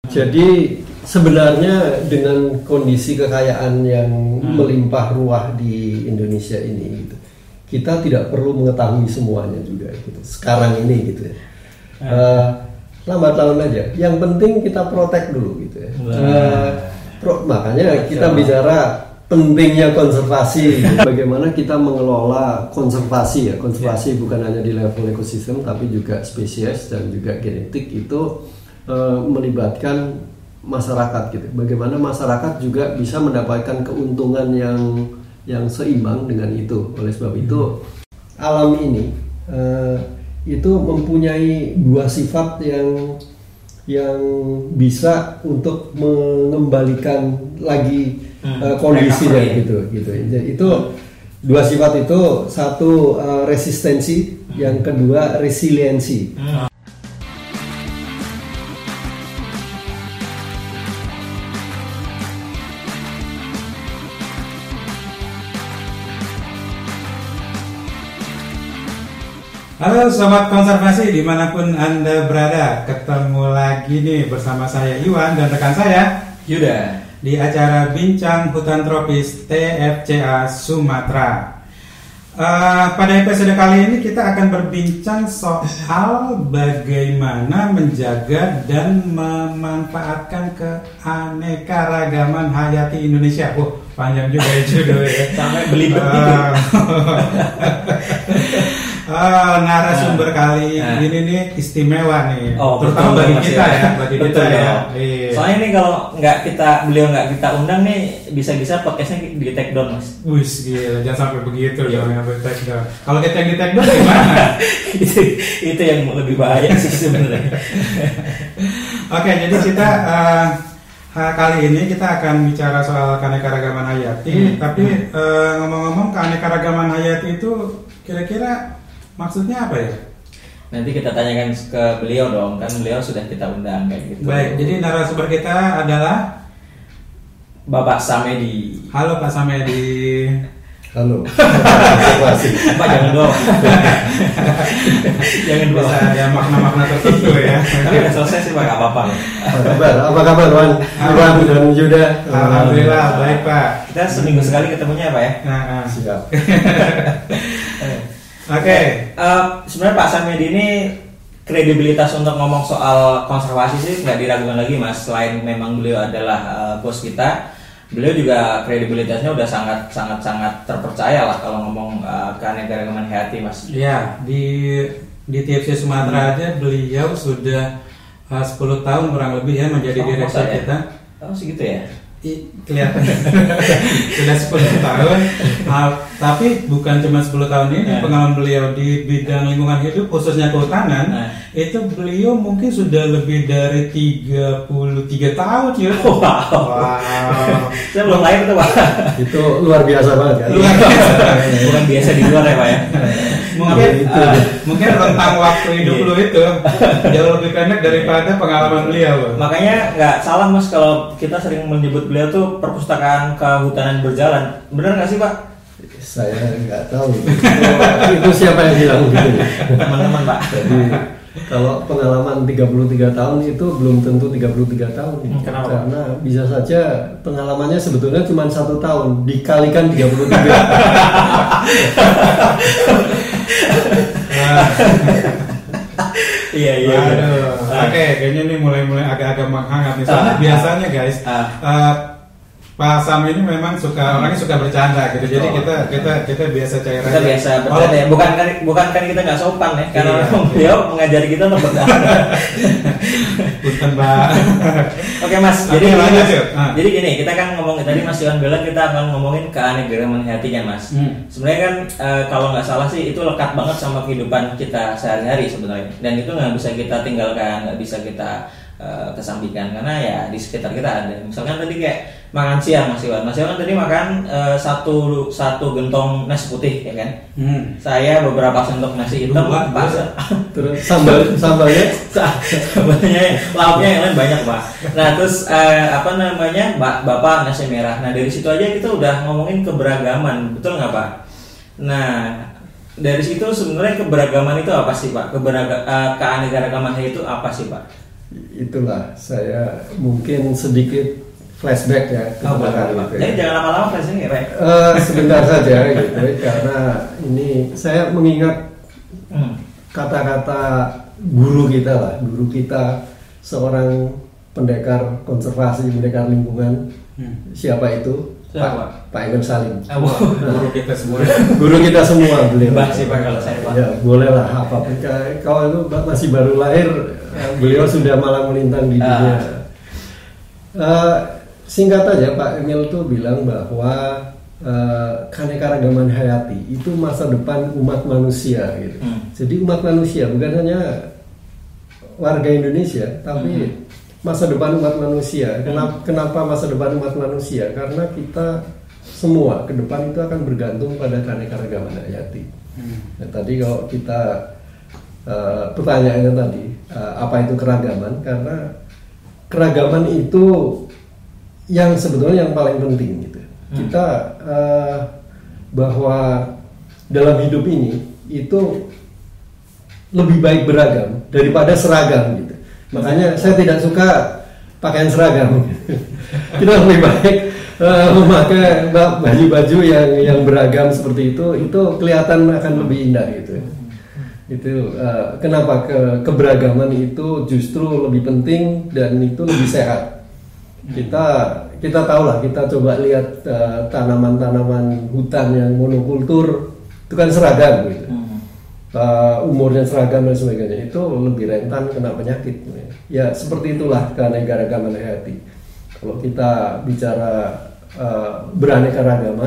Jadi sebenarnya dengan kondisi kekayaan yang melimpah ruah di Indonesia ini, gitu, kita tidak perlu mengetahui semuanya juga, gitu. Sekarang ini, gitu ya. Lambat laun aja. Yang penting kita protek dulu, gitu ya. Makanya kita bicara pentingnya konservasi. Bagaimana kita mengelola konservasi ya. Konservasi bukan hanya di level ekosistem, tapi juga spesies dan juga genetik itu melibatkan masyarakat gitu. Bagaimana masyarakat juga bisa mendapatkan keuntungan yang seimbang dengan itu. Oleh sebab itu alam ini itu mempunyai dua sifat yang bisa untuk mengembalikan lagi kondisinya gitu. Jadi itu dua sifat itu, satu resistensi, yang kedua resiliensi. Halo Sobat Konservasi dimanapun Anda berada, ketemu lagi nih bersama saya Iwan dan rekan saya Yuda di acara Bincang Hutan Tropis TFCA Sumatera. Pada episode kali ini kita akan berbincang soal bagaimana menjaga dan memanfaatkan keanekaragaman hayati Indonesia. Panjang juga ya judulnya. Sampai belibet gitu. Narasumber kali ini nih istimewa nih, terutama betul, bagi kita ya, bagi betul, kita ya. Soalnya ini kalau beliau nggak kita undang nih, bisa-bisa podcastnya di take down, Mas. Wis gila, jangan sampai begitu dong, yang take down. Kalau kita yang di take down gimana? itu yang lebih bahaya sih sebenarnya. Oke, jadi kita kali ini kita akan bicara soal keanekaragaman hayati. Tapi ngomong-ngomong keanekaragaman hayati itu kira-kira maksudnya apa ya? Nanti kita tanyakan ke beliau dong, kan beliau sudah kita undang kayak gitu. Baik, jadi narasumber kita adalah Bapak Samedi. Halo Pak Samedi. Halo. Pak jangan doang. Jangan doang. Bisa ada makna-makna tertentu ya. Tapi udah selesai sih Pak, nggak apa-apa. Apa kabar Wan? Iwan dan Yuda. Alhamdulillah baik Pak. Kita seminggu sekali ketemunya ya Pak ya. Siap. Oke. Sebenarnya Pak Samedi ini kredibilitas untuk ngomong soal konservasi sih nggak diragukan lagi Mas. Selain memang beliau adalah bos kita, beliau juga kredibilitasnya udah sangat terpercaya lah kalau ngomong keanekaragaman hayati Mas. Ya, di TFC Sumatera aja beliau sudah 10 tahun kurang lebih ya menjadi direktur kita. Oh segitu ya? Kelihatan sudah 10 tahun. Tapi bukan cuma 10 tahun ini, pengalaman beliau di bidang lingkungan hidup khususnya kehutanan itu beliau mungkin sudah lebih dari 33 tahun ya. Wow. Saya belum lahir tuh Pak. Itu luar biasa banget kan? Luar biasa. Bukan biasa di luar ya Pak ya. Mungkin rentang waktu hidup lu itu jauh lebih pendek daripada pengalaman beliau. Makanya nggak salah Mas kalau kita sering menyebut beliau tuh perpustakaan kehutanan berjalan. Benar nggak sih Pak? Saya nggak tahu. Itu siapa yang bilang gitu? Teman-teman Pak. Jadi kalau pengalaman 33 tahun itu belum tentu 33 tahun. Kenapa? Karena bisa saja pengalamannya sebetulnya cuma 1 tahun dikalikan 33. Iya. Oke, kayaknya ini mulai agak-agak menghangat nih. Soalnya biasanya guys, Pak Sam ini memang orangnya suka bercanda gitu. Jadi kita biasa cair aja. Kita biasa bercanda ya. Bukan kan kita nggak sopan ya. Karena beliau mengajari kita untuk bercanda. Bukan Pak. Oke Mas. Jadi gini, kita kan ngomongin tadi Mas Iwan bilang kita akan ngomongin keanekaragaman hayati kan Mas. Sebenarnya kan kalau nggak salah sih itu lekat banget sama kehidupan kita sehari-hari sebenarnya. Dan itu nggak bisa kita tinggalkan, nggak bisa kita kesampingkan karena ya di sekitar kita ada. Misalkan tadi kayak makan siang Mas Iwan kan tadi makan satu gentong nasi putih ya kan. Saya beberapa sendok nasi hitam pas. Terus sambalnya lauknya yang lain banyak Pak. Nah terus Bapak nasi merah. Nah dari situ aja kita udah ngomongin keberagaman, betul nggak Pak? Nah dari situ sebenarnya keberagaman itu apa sih Pak? Keanekaragaman itu apa sih Pak? itulah saya mungkin sedikit flashback ya ke belakang gitu. Jadi jangan lama-lama flashback ya, Pak. Sebentar saja gitu, karena ini saya mengingat kata-kata guru kita seorang pendekar konservasi, pendekar lingkungan. Siapa itu? Pak Emil Salim. Guru kita semua. Guru kita semua beliau. Mbah sih Pak kalau saya Pak. Ya boleh lah apapun. Kalau itu masih baru lahir, beliau sudah malang melintang di dunia. Singkat aja Pak Emil tuh bilang bahwa keanekaragaman hayati itu masa depan umat manusia gitu. Jadi umat manusia bukan hanya warga Indonesia, tapi masa depan umat manusia. Kenapa masa depan umat manusia? Karena kita semua ke depan itu akan bergantung pada keanekaragaman hayati. Nah, tadi kalau kita pertanyaannya tadi apa itu keragaman? Karena keragaman itu yang sebetulnya yang paling penting gitu. Kita bahwa dalam hidup ini itu lebih baik beragam daripada seragam gitu. Makanya saya tidak suka pakaian seragam. Kita lebih baik memakai baju-baju yang beragam seperti itu kelihatan akan lebih indah gitu. Itu kenapa keberagaman itu justru lebih penting dan itu lebih sehat. Kita tahu lah, kita coba lihat tanaman-tanaman hutan yang monokultur itu kan seragam gitu. Umurnya seragam dan sebagainya, itu lebih rentan kena penyakit. Ya seperti itulah keanekaragaman hayati. Kalau kita bicara beraneka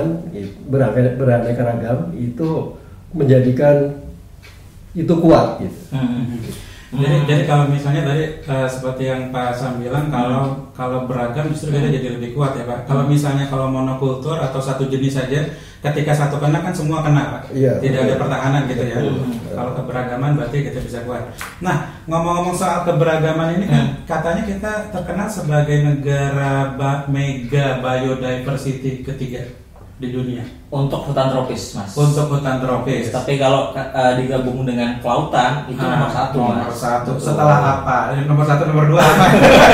ragam itu menjadikan itu kuat gitu. Jadi kalau misalnya tadi seperti yang Pak Sam bilang, kalau beragam justru kita jadi lebih kuat ya Pak. Kalau misalnya kalau monokultur atau satu jenis saja, ketika satu kena kan semua kena Pak. Tidak ada pertahanan gitu ya. Kalau keberagaman berarti kita bisa kuat. Nah, ngomong-ngomong soal keberagaman ini kan, katanya kita terkenal sebagai negara mega biodiversity ketiga di dunia. Untuk hutan tropis, Mas. Untuk hutan tropis. Tapi kalau digabung dengan kelautan itu nomor satu, Mas. Nomor satu. Setelah apa? Nomor satu, nomor dua apa?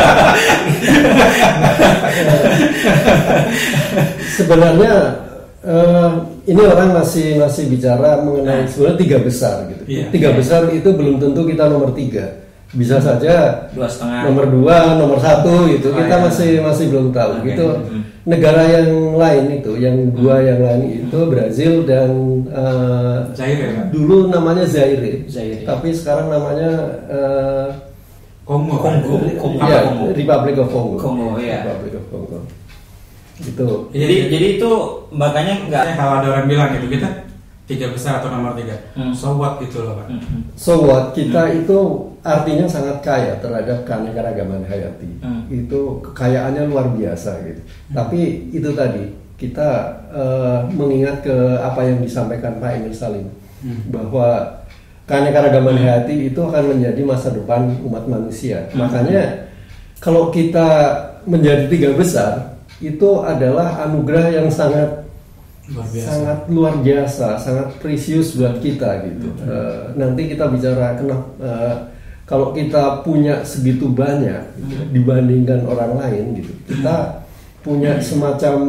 Sebenarnya ini orang masih bicara mengenai sebenarnya 3 besar gitu. 3 besar itu belum tentu kita nomor 3. Bisa saja 2,5 nomor 2, nomor 1 itu kita masih belum tahu. Gitu. Negara yang lain itu, yang 2 yang lain itu Brazil dan Zaire. Dulu namanya Zaire. Tapi sekarang namanya Kongo. Republic of Congo. Republic of Congo. Itu. Jadi itu makanya enggak kalau ada orang bilang gitu kita 3 besar atau nomor 3. So what gitu loh Pak. So what kita itu artinya sangat kaya terhadap keanekaragaman hayati. Itu kekayaannya luar biasa gitu. Tapi itu tadi kita mengingat ke apa yang disampaikan Pak Emil Salim bahwa keanekaragaman hayati itu akan menjadi masa depan umat manusia. Makanya kalau kita menjadi 3 besar itu adalah anugerah yang sangat luar biasa, sangat precious buat kita gitu. Nanti kita bicara kalau kita punya segitu banyak gitu, dibandingkan orang lain gitu, kita punya semacam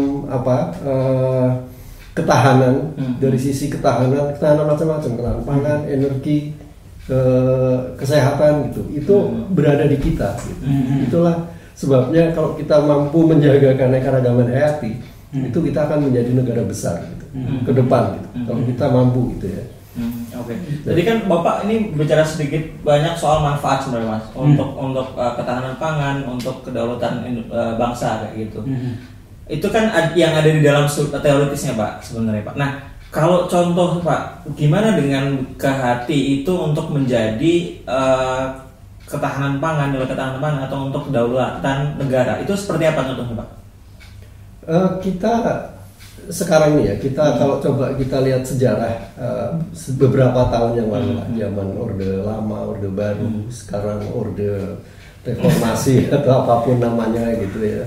ketahanan dari sisi ketahanan macam-macam, ketahanan pangan, energi, kesehatan gitu, itu berada di kita. Gitu. Itulah sebabnya kalau kita mampu menjaga keanekaragaman hayati, itu kita akan menjadi negara besar gitu, ke depan gitu. Kalau kita mampu gitu ya. Oke. Jadi kan Bapak ini bicara sedikit banyak soal manfaat sebenarnya Mas, untuk ketahanan pangan, untuk kedaulatan bangsa kayak gitu. Itu kan yang ada di dalam teoritisnya Pak sebenarnya Pak. Nah, kalau contoh Pak, gimana dengan kehati itu untuk menjadi ketahanan pangan atau untuk kedaulatan negara, itu seperti apa contohnya Pak? Kita sekarang nih ya, kita kalau coba kita lihat sejarah beberapa tahun yang lalu lah, zaman Orde Lama, Orde Baru, sekarang Orde Reformasi atau apapun namanya gitu ya.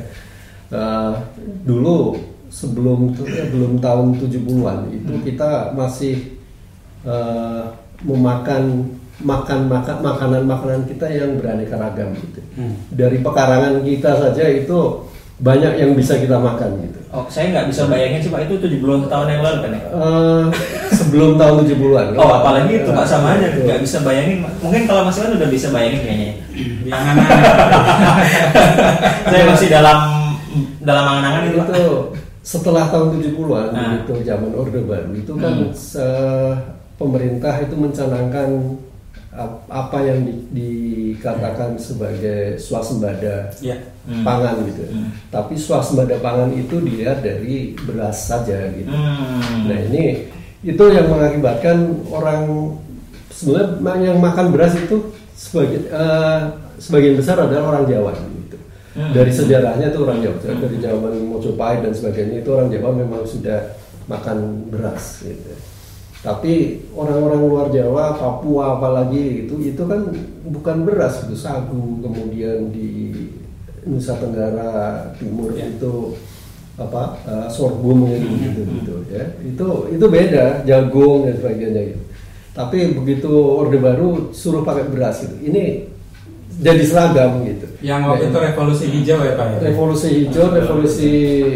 Dulu sebelum tahun 70-an itu kita masih memakan makan makanan kita yang beraneka ragam gitu. Dari pekarangan kita saja itu banyak yang bisa kita makan gitu. Oh, saya nggak bisa bayangin sih Pak, itu 70 tahun yang lalu kan ya? Sebelum tahun 70-an. Oh, apalagi itu Pak, sama aja nggak bisa bayangin. Mungkin kalau Mas Iwan udah bisa bayangin kayaknya. Saya masih dalam angan-angan itu. Setelah tahun 70-an itu zaman Orde Baru itu kan pemerintah itu mencanangkan apa yang dikatakan sebagai swasembada pangan gitu. Tapi swasembada pangan itu dilihat dari beras saja gitu. Nah ini itu yang mengakibatkan orang sebenarnya yang makan beras itu sebagian besar adalah orang Jawa gitu. Dari sejarahnya itu orang Jawa, dari zaman Mojopahit dan sebagainya itu orang Jawa memang sudah makan beras gitu. Tapi orang-orang luar Jawa, Papua apalagi itu kan bukan beras, itu sagu, kemudian di Nusa Tenggara Timur itu sorghum gitu ya. Itu beda, jagung dan sebagainya gitu. Tapi begitu Orde Baru suruh pakai beras gitu. Ini jadi seragam gitu. Yang waktu itu revolusi hijau ya Pak? Revolusi hijau, revolusi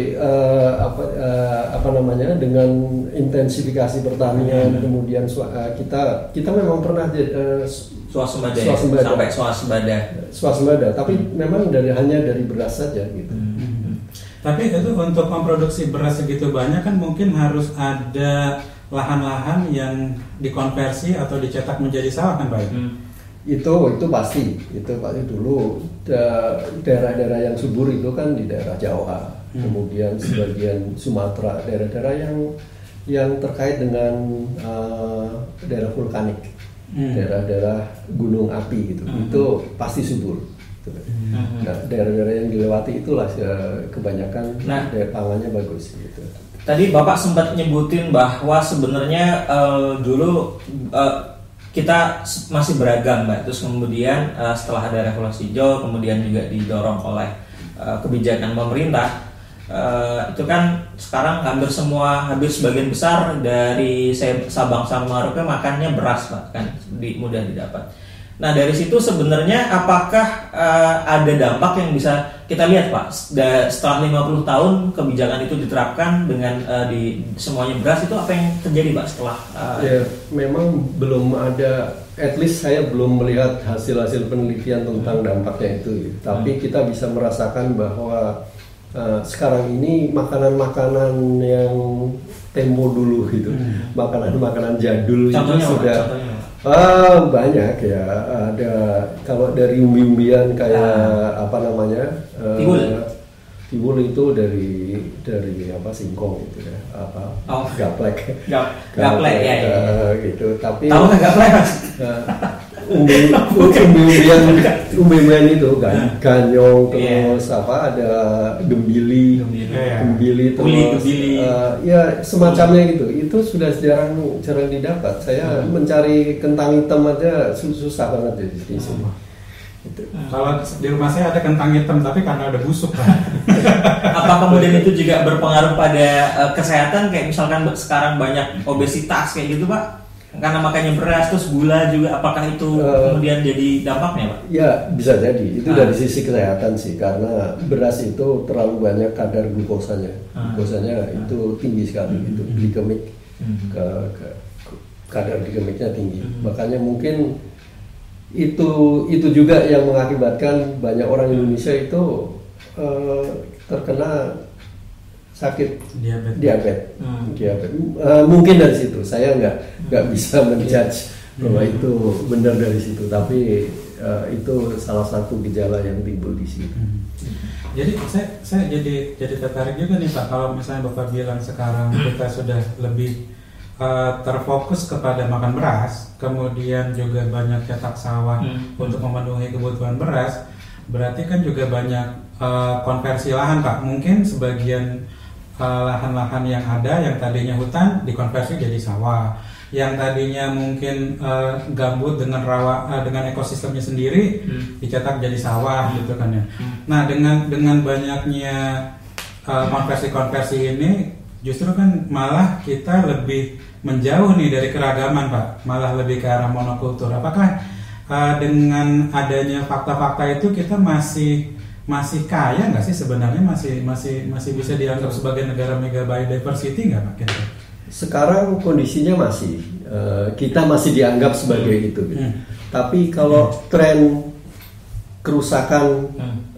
dengan intensifikasi pertanian, kemudian kita memang pernah swasembada sampai swasembada, tapi memang hanya dari beras saja gitu. Tapi itu untuk memproduksi beras segitu banyak kan mungkin harus ada lahan-lahan yang dikonversi atau dicetak menjadi sawah kan Pak? Itu pasti dulu daerah-daerah yang subur itu kan di daerah Jawa, kemudian sebagian Sumatera, daerah-daerah yang terkait dengan daerah vulkanik, daerah-daerah gunung api gitu, itu pasti subur. Nah, daerah-daerah yang dilewati itulah kebanyakan daya pangannya bagus gitu. Tadi Bapak sempat nyebutin bahwa sebenarnya dulu kita masih beragam, Mbak. Terus kemudian setelah ada revolusi hijau, kemudian juga didorong oleh kebijakan pemerintah, itu kan sekarang hampir sebagian besar dari Sabang sampai Merauke makannya beras, Pak, kan mudah didapat. Nah dari situ sebenarnya apakah ada dampak yang bisa kita lihat Pak setelah 50 tahun kebijakan itu diterapkan dengan di semuanya beras, itu apa yang terjadi Pak setelah ya memang belum ada, at least saya belum melihat hasil-hasil penelitian tentang dampaknya itu, tapi kita bisa merasakan bahwa sekarang ini makanan-makanan yang tempo dulu gitu, makanan-makanan jadul contohnya itu sudah banyak ya. Ada kalau dari umbi-umbian kayak tiwul itu dari singkong gitu ya, gaplek ya gitu. Tapi tahu nggak gaplek Mas? umbi-umbian itu ganyong, terus ada gembili terus ya semacamnya gitu. Itu sudah jarang didapat. Saya mencari kentang hitam aja susah banget di sini. Gitu. Kalau di rumah saya ada kentang hitam, tapi karena ada busuk Pak. Apa kemudian itu juga berpengaruh pada kesehatan, kayak misalkan sekarang banyak obesitas kayak gitu Pak? Karena makannya beras terus gula juga, apakah itu kemudian jadi dampaknya Pak? Ya bisa jadi, itu dari sisi kesehatan sih, karena beras itu terlalu banyak kadar glukosanya, itu tinggi sekali, itu glikemik, kadar glikemiknya tinggi, makanya mungkin itu juga yang mengakibatkan banyak orang Indonesia itu terkena sakit diabetes. Mungkin dari situ. Saya nggak bisa menjudge bahwa itu benar dari situ, tapi itu salah satu gejala yang timbul di situ. Jadi saya jadi tertarik juga nih Pak, kalau misalnya Bapak bilang sekarang kita sudah lebih terfokus kepada makan beras, kemudian juga banyak cetak sawah untuk memenuhi kebutuhan beras, berarti kan juga banyak konversi lahan Pak. Mungkin sebagian lahan-lahan yang ada yang tadinya hutan dikonversi jadi sawah, yang tadinya mungkin gambut dengan dengan ekosistemnya sendiri dicetak jadi sawah gitu kan ya. Nah dengan banyaknya konversi-konversi ini justru kan malah kita lebih menjauh nih dari keragaman Pak, malah lebih ke arah monokultur. Apakah dengan adanya fakta-fakta itu kita masih kaya nggak sih sebenarnya, masih bisa dianggap sebagai negara mega biodiversity nggak Pak? Sekarang kondisinya masih kita masih dianggap sebagai itu gitu. Tapi kalau tren kerusakan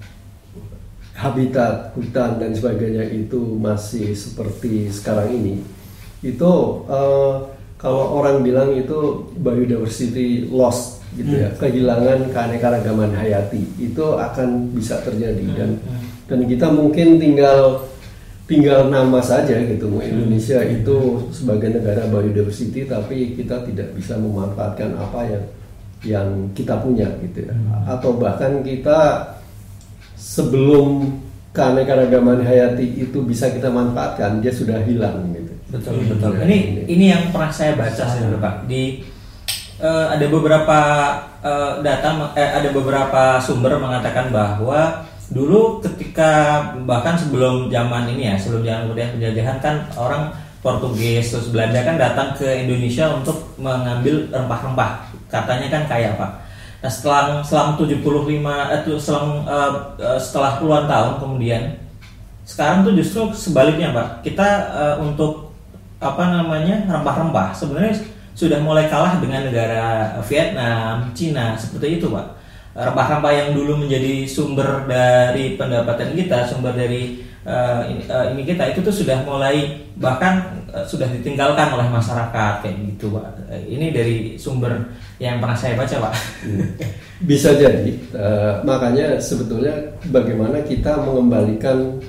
habitat hutan dan sebagainya itu masih seperti sekarang ini, itu kalau orang bilang itu biodiversity loss gitu ya, kehilangan keanekaragaman hayati, itu akan bisa terjadi. Dan kita mungkin tinggal nama saja gitu, Indonesia itu sebagai negara biodiversity, tapi kita tidak bisa memanfaatkan apa yang kita punya gitu ya. Atau bahkan kita sebelum keanekaragaman hayati itu bisa kita manfaatkan, dia sudah hilang gitu. Betul. Ini yang pernah saya baca sebenarnya Pak. Ada beberapa ada beberapa sumber mengatakan bahwa dulu ketika bahkan sebelum zaman ini ya, sebelum zaman penjajahan kan orang Portugis terus Belanda kan datang ke Indonesia untuk mengambil rempah-rempah, katanya kan kaya Pak. Nah setelah puluhan tahun kemudian, sekarang tuh justru sebaliknya Pak, kita untuk rempah-rempah sebenarnya sudah mulai kalah dengan negara Vietnam, Cina, seperti itu Pak. Rempah-rempah yang dulu menjadi sumber dari pendapatan kita, sumber dari ini kita, itu tuh sudah mulai bahkan sudah ditinggalkan oleh masyarakat kayak gitu Pak. Ini dari sumber yang pernah saya baca Pak. Bisa jadi, makanya sebetulnya bagaimana kita mengembalikan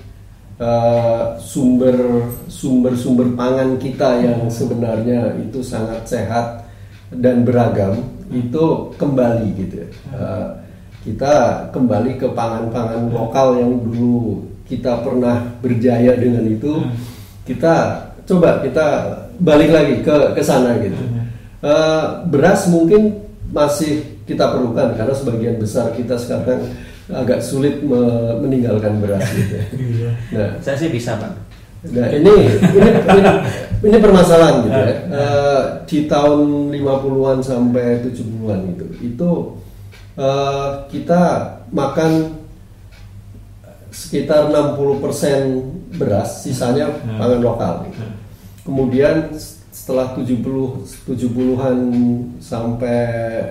sumber pangan kita yang sebenarnya itu sangat sehat dan beragam, itu kembali gitu ya. Kita kembali ke pangan-pangan lokal yang dulu kita pernah berjaya dengan itu. Kita balik lagi ke sana gitu. Beras mungkin masih kita perlukan karena sebagian besar kita sekarang agak sulit meninggalkan beras gitu. Nah, saya sih bisa Pak. Nah ini permasalahan gitu ya. Di tahun 50-an sampai 70-an itu kita makan sekitar 60% beras, sisanya pangan lokal gitu. Kemudian setelah 70-an sampai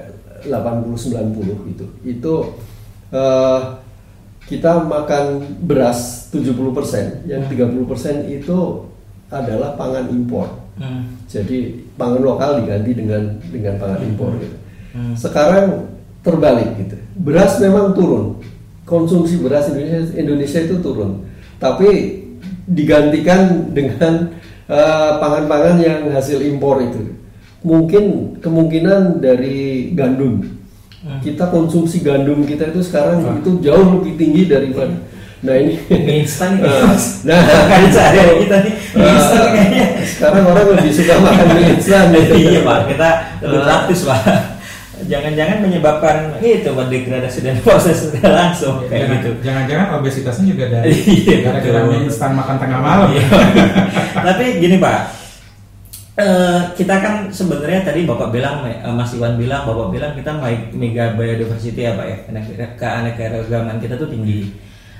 80-90 itu kita makan beras 70%, yang 30% itu adalah pangan impor. Jadi pangan lokal diganti dengan pangan impor gitu. Sekarang terbalik gitu. Beras memang turun. Konsumsi beras Indonesia itu turun. Tapi digantikan dengan pangan-pangan yang hasil impor itu. Kemungkinan dari gandum. Kita konsumsi gandum kita itu sekarang itu jauh lebih tinggi daripada. Nah ini instan nah kita nih instan kayaknya. Sekarang orang lebih suka makan mie instan. Iya Pak, kita lebih praktis Pak. Jangan-jangan menyebabkan itu degradasi dan proses langsung kayak gitu. Jangan-jangan obesitasnya juga dari gara-gara mie instan makan tengah malam. Tapi gini Pak, kita kan sebenarnya tadi Bapak bilang, Mas Iwan bilang, Bapak bilang kita mega biodiversity ya Pak ya, keanekaragaman kita tuh tinggi.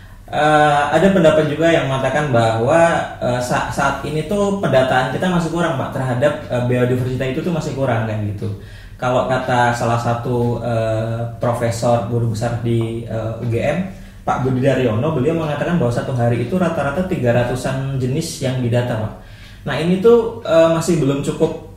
Ada pendapat juga yang mengatakan bahwa saat ini tuh pendataan kita masih kurang Pak terhadap biodiversitas itu tuh masih kurang kan gitu. Kalau kata salah satu profesor guru besar di UGM, Pak Budi Daryono, beliau mengatakan bahwa satu hari itu rata-rata 300-an jenis yang didata Pak. Nah ini tuh masih belum cukup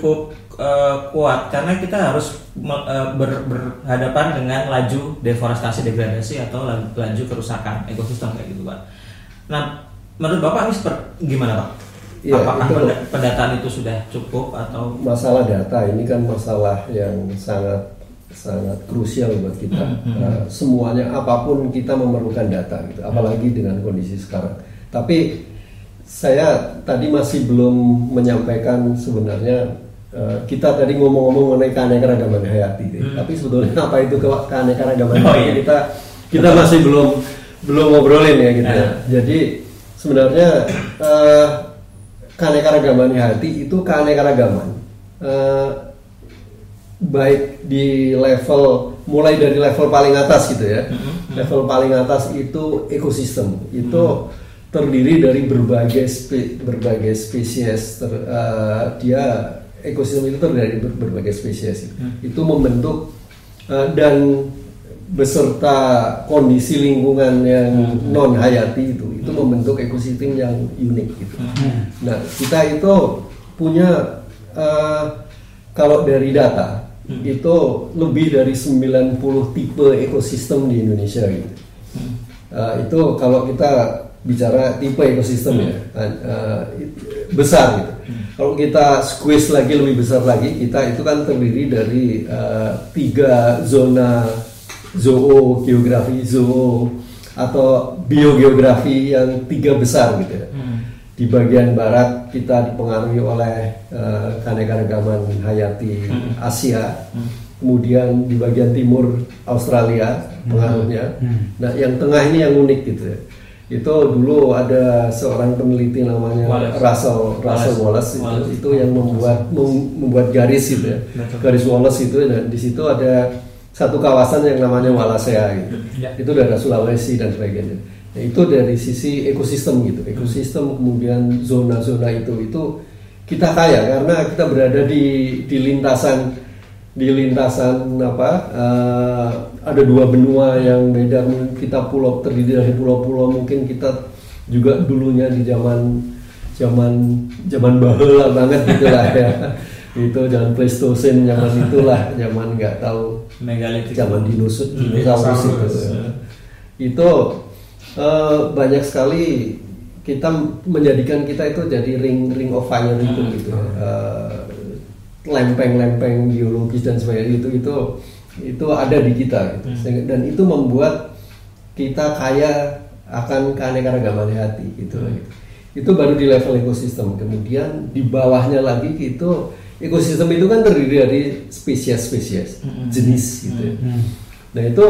kuat karena kita harus berhadapan dengan laju deforestasi degradasi atau laju kerusakan ekosistem kayak gitu Pak. Nah menurut Bapak ini gimana Pak? Ya, apakah pendataan itu sudah cukup atau masalah data ini kan masalah yang sangat krusial buat kita. Semuanya apapun kita memerlukan data gitu, apalagi dengan kondisi sekarang. Tapi saya tadi masih belum menyampaikan sebenarnya kita tadi ngomong-ngomong mengenai keanekaragaman hayati, tapi sebetulnya apa itu keanekaragaman hayati kita masih belum ngobrolin ya gitu. Jadi sebenarnya keanekaragaman hayati itu keanekaragaman baik di level mulai dari level paling atas gitu ya. Level paling atas itu ekosistem. Itu terdiri dari berbagai spesies. Dia ekosistem itu terdiri dari berbagai spesies. Itu membentuk dan beserta kondisi lingkungan yang non hayati itu membentuk ekosistem yang unik gitu. Nah, kita itu punya kalau dari data itu lebih dari 90 tipe ekosistem di Indonesia gitu. Itu kalau kita bicara tipe ekosistem ya, besar gitu. Kalau kita squeeze lagi lebih besar lagi, kita itu kan terdiri dari 3 zona zoogeografi, atau biogeografi yang 3 besar gitu ya. Di bagian barat kita dipengaruhi oleh keanekaragaman hayati Asia, kemudian di bagian timur Australia pengaruhnya. Nah, yang tengah ini yang unik gitu ya. Itu dulu ada seorang peneliti namanya Russell Wallace itu yang membuat garis gitu ya. Garis Wallace itu, dan di situ ada satu kawasan yang namanya Wallacea gitu. Itu daerah Sulawesi dan sebagainya. Nah, itu dari sisi ekosistem gitu. Ekosistem kemudian zona-zona itu kita kaya karena kita berada di lintasan apa? Ada 2 benua yang beda. Kita pulau terdiri dari pulau-pulau. Mungkin kita juga dulunya di zaman baheula banget gitulah ya. Itu zaman Pleistocene, zaman itulah, zaman nggak tahu megalitik, zaman dinosaurus itu. Itu banyak sekali kita menjadikan kita itu jadi ring of fire itu gitu. Lempeng-lempeng biologis dan sebagainya itu ada di kita gitu. Dan itu membuat kita kaya akan keanekaragaman hayati gitu. Itu baru di level ekosistem. Kemudian di bawahnya lagi itu ekosistem itu kan terdiri dari spesies jenis gitu ya. Nah itu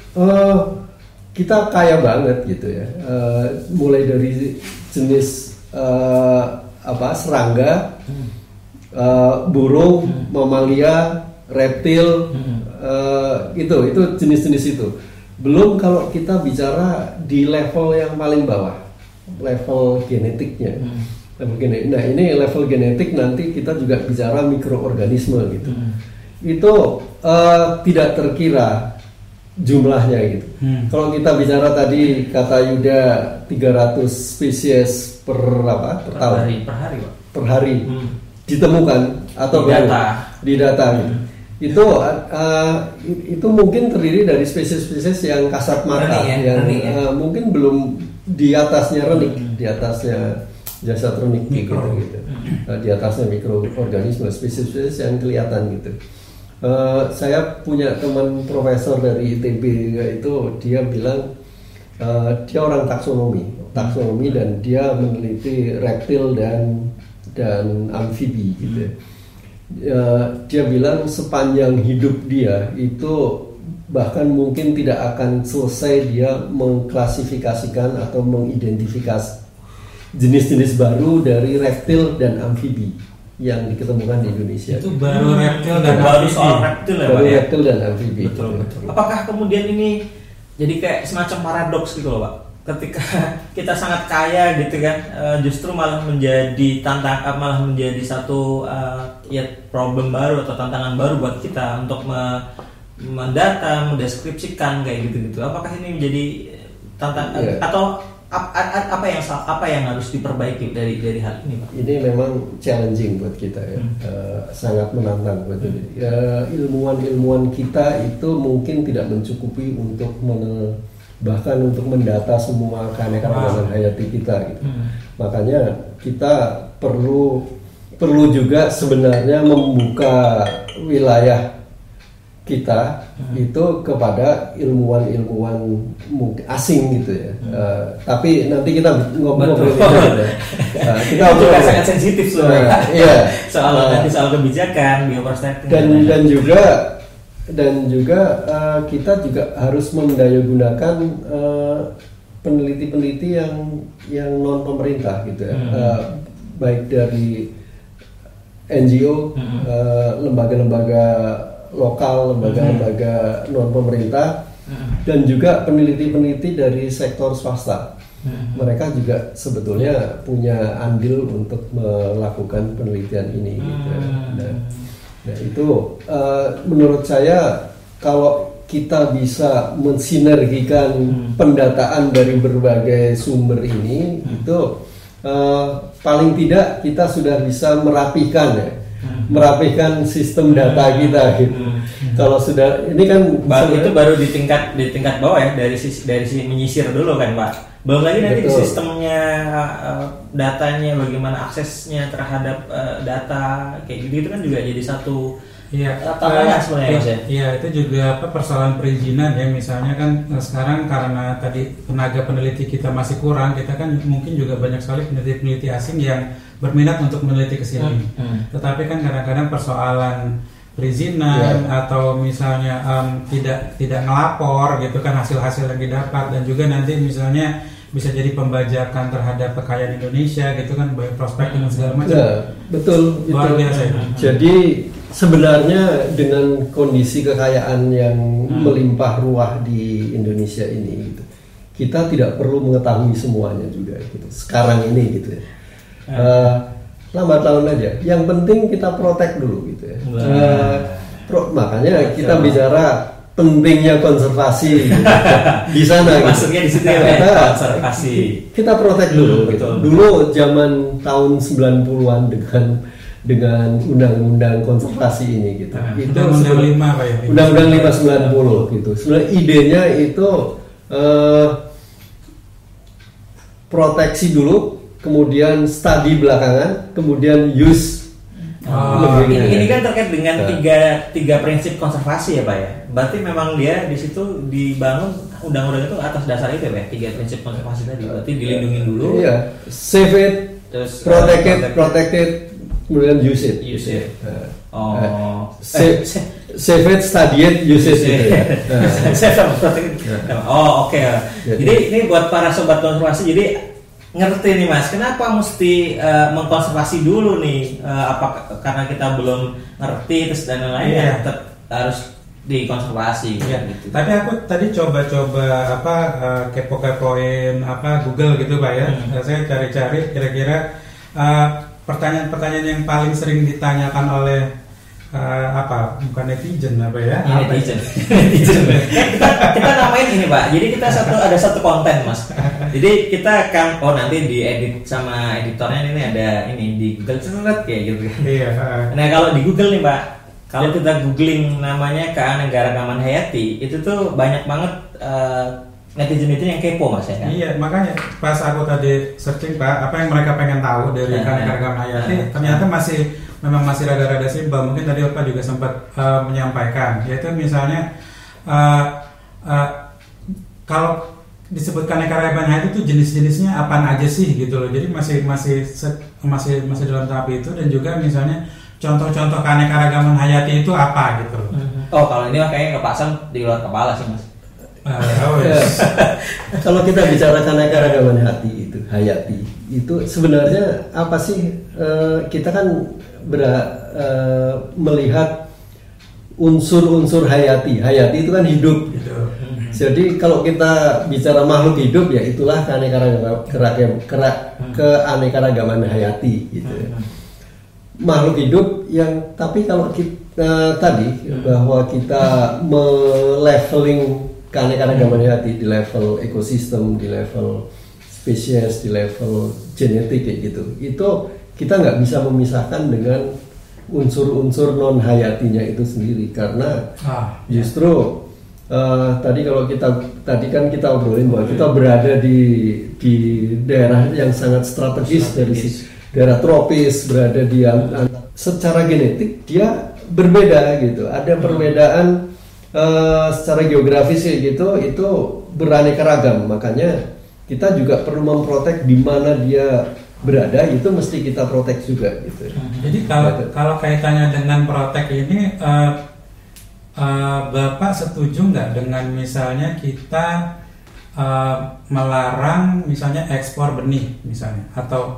kita kaya banget gitu ya. Mulai dari jenis serangga, burung, mamalia, reptil, itu jenis-jenis itu. Belum kalau kita bicara di level yang paling bawah, level genetiknya. Nah, ini level genetik, nanti kita juga bicara mikroorganisme gitu. Itu tidak terkira jumlahnya gitu. Kalau kita bicara tadi kata Yuda 300 spesies per tahun per hari ditemukan atau di data gitu. Itu mungkin terdiri dari spesies-spesies yang kasat mata mungkin belum di atasnya renik, di atasnya jasad renik gitu. Di atasnya mikroorganisme, spesies-spesies yang kelihatan gitu. Saya punya teman profesor dari ITB itu, dia bilang dia orang taksonomi dan dia meneliti reptil dan amfibi gitu. Dia bilang sepanjang hidup dia itu bahkan mungkin tidak akan selesai dia mengklasifikasikan atau mengidentifikasi jenis-jenis baru dari reptil dan amfibi yang diketemukan di Indonesia. Itu baru reptil dan baru soal reptil ya, baru reptil dan amfibi. Betul. Apakah kemudian ini jadi kayak semacam paradoks gitu loh, Pak? Ketika kita sangat kaya gitu kan, justru malah menjadi malah menjadi satu problem baru atau tantangan baru buat kita untuk mendata, mendeskripsikan kayak gitu-gitu. Apakah ini menjadi tantangan atau apa yang harus diperbaiki dari hal ini, Pak? Ini memang challenging buat kita ya, sangat menantang buat ilmuwan kita itu mungkin tidak mencukupi untuk bahkan untuk mendata semua keanekaragaman hayati kita gitu. Makanya kita perlu juga sebenarnya membuka wilayah kita itu kepada ilmuwan asing gitu ya. Tapi nanti kita ngobrol ya. Kita juga sangat sensitif soalnya. Soal kebijakan, bioperspektif dan juga kita juga harus mendayagunakan peneliti-peneliti yang non pemerintah gitu ya. baik dari NGO, lembaga-lembaga lokal, lembaga-lembaga non pemerintah, dan juga peneliti-peneliti dari sektor swasta. Mereka juga sebetulnya punya andil untuk melakukan penelitian ini. Gitu. Nah itu menurut saya kalau kita bisa mensinergikan pendataan dari berbagai sumber ini, itu paling tidak kita sudah bisa merapihkan sistem data kita gitu. Kalau sudah ini kan itu baru di tingkat bawah ya, dari sisi menyisir dulu kan Pak. Belum lagi nanti di sistemnya, datanya, bagaimana aksesnya terhadap data kayak gitu kan juga jadi satu tantangan sebenarnya Mas ya. Iya, itu juga persoalan perizinan ya. Misalnya kan sekarang karena tadi tenaga peneliti kita masih kurang, kita kan mungkin juga banyak sekali peneliti-peneliti asing yang berminat untuk meneliti ke sini. Tetapi kan kadang-kadang persoalan perizinan atau misalnya tidak ngelapor gitu kan hasil-hasil yang didapat, dan juga nanti misalnya bisa jadi pembajakan terhadap kekayaan Indonesia gitu kan, prospek dan segala macam. Ya, betul. Luar biasa itu. Jadi sebenarnya dengan kondisi kekayaan yang melimpah ruah di Indonesia ini, gitu, kita tidak perlu mengetahui semuanya juga. Gitu. Sekarang ini gitu ya. Lambat laun aja. Yang penting kita protek dulu gitu ya. Makanya kita bicara pentingnya konservasi gitu. Di sana. Maksudnya di situ ya, konservasi. Kita protek dulu. Gitu. Dulu zaman tahun 90-an dengan undang-undang konservasi ini gitu. Itu Undang-undang 5 Pak ya. Undang-undang 590 gitu. Sebenarnya idenya itu proteksi dulu, kemudian study belakangan, kemudian use. Ini kan terkait dengan tiga prinsip konservasi ya Pak ya. Berarti memang dia di situ dibangun undang-undang itu atas dasar itu ya, 3 prinsip konservasi tadi. Berarti dilindungi dulu. Iya, save it, terus protect it, kemudian use it. Save it, study it, use it. Oke. Jadi ini buat para sobat konservasi, jadi ngerti nih Mas, kenapa mesti mengkonservasi dulu nih? Apa karena kita belum ngerti terus dan lain-lain tetap harus dikonservasi gitu. Tapi aku tadi coba-coba kepo-kepoin Google gitu Pak ya. Saya cari-cari kira-kira pertanyaan-pertanyaan yang paling sering ditanyakan oleh bukan netizen apa ya? Netizen. kita namain ini Pak. Jadi kita ada satu konten Mas. Jadi kita akan nanti diedit sama editornya, ini ada di Google kayak gitu kan. Iya. Nah kalau di Google nih Pak, kalau kita googling namanya K.A. Negara Hayati, itu tuh banyak banget netizen itu yang kepo Mas ya kan? Iya, makanya pas aku tadi searching Pak, apa yang mereka pengen tahu dari K.A. Negara Hayati, ternyata memang masih rada-rada simpel. Mungkin tadi Bapak juga sempat menyampaikan, yaitu misalnya kalau disebutkan keanekaragaman hayati itu jenis-jenisnya apa aja sih gitu loh. Jadi masih dalam tahap itu, dan juga misalnya contoh-contoh keanekaragaman hayati itu apa gitu loh. Kalau ini kayaknya kepasang di luar kepala sih Mas. Kalau kita bicara keanekaragaman hayati itu sebenarnya apa sih? Kita kan melihat unsur-unsur hayati itu kan hidup. Jadi kalau kita bicara makhluk hidup, ya itulah keanekaragaman hayati gitu. Makhluk hidup yang, tapi kalau kita bahwa kita meleveling keanekaragaman hayati di level ekosistem, di level spesies, di level genetik kayak gitu, itu kita nggak bisa memisahkan dengan unsur-unsur non hayatinya itu sendiri, karena justru tadi kan kita obrolin bahwa kita berada di daerah yang sangat strategis, dari daerah tropis, berada di secara genetik dia berbeda gitu, ada perbedaan secara geografis gitu, itu beraneka ragam. Makanya kita juga perlu memprotek di mana dia berada, itu mesti kita protek juga gitu. Jadi kalau kaitannya dengan protek ini, Bapak setuju nggak dengan misalnya kita melarang misalnya ekspor benih misalnya, atau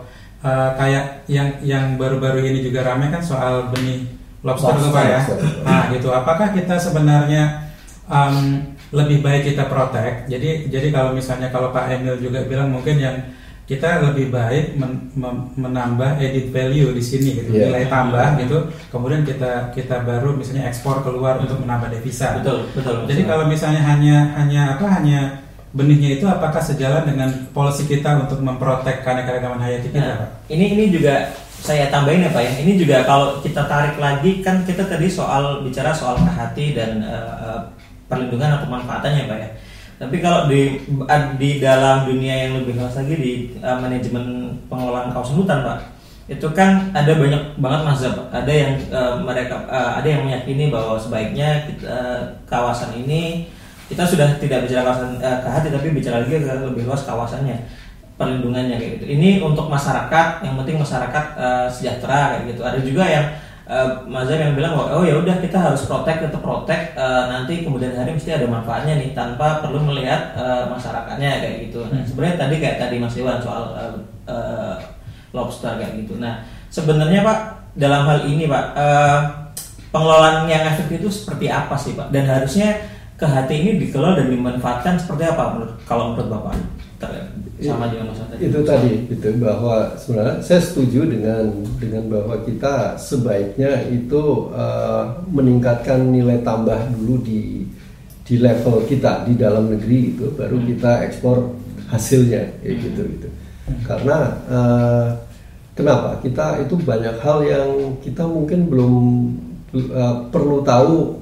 kayak yang baru-baru ini juga ramai kan soal benih lobster tuh Pak ya. Nah gitu, apakah kita sebenarnya lebih baik kita protect? Jadi kalau misalnya kalau Pak Emil juga bilang mungkin yang kita lebih baik menambah added value di sini gitu, nilai tambah gitu. Kemudian kita baru misalnya ekspor keluar untuk menambah devisa. Betul. Jadi kalau misalnya hanya benihnya itu apakah sejalan dengan polisi kita untuk memprotek keanekaragaman hayati kita, Pak? Ini juga saya tambahin ya Pak ya. Ini juga kalau kita tarik lagi kan kita tadi bicara soal KHT dan perlindungan atau pemanfaatannya Pak ya. Tapi kalau di dalam dunia yang lebih luas lagi di manajemen pengelolaan kawasan hutan Pak, itu kan ada banyak banget mazhab. Ada yang ada yang meyakini bahwa sebaiknya kawasan ini kita sudah tidak bicara kawasan KHT tapi bicara lagi lebih luas kawasannya, perlindungannya kayak gitu. Ini untuk masyarakat, yang penting masyarakat sejahtera kayak gitu. Ada juga yang mazhab yang bilang bahwa oh ya udah kita harus tetap protect, nanti kemudian hari mesti ada manfaatnya nih tanpa perlu melihat masyarakatnya kayak gitu. Nah, sebenarnya tadi Mas Iwan soal lobster kayak gitu. Nah sebenarnya Pak dalam hal ini Pak pengelolaan yang efektif itu seperti apa sih Pak? Dan harusnya KHT ini dikelola dan dimanfaatkan seperti apa kalau menurut Bapak? Sama dengan Mas tadi. Itu tadi gitu, bahwa sebenarnya saya setuju dengan bahwa kita sebaiknya itu meningkatkan nilai tambah dulu di level kita di dalam negeri itu, baru kita ekspor hasilnya kayak gitu. Karena kenapa? Kita itu banyak hal yang kita mungkin belum perlu tahu,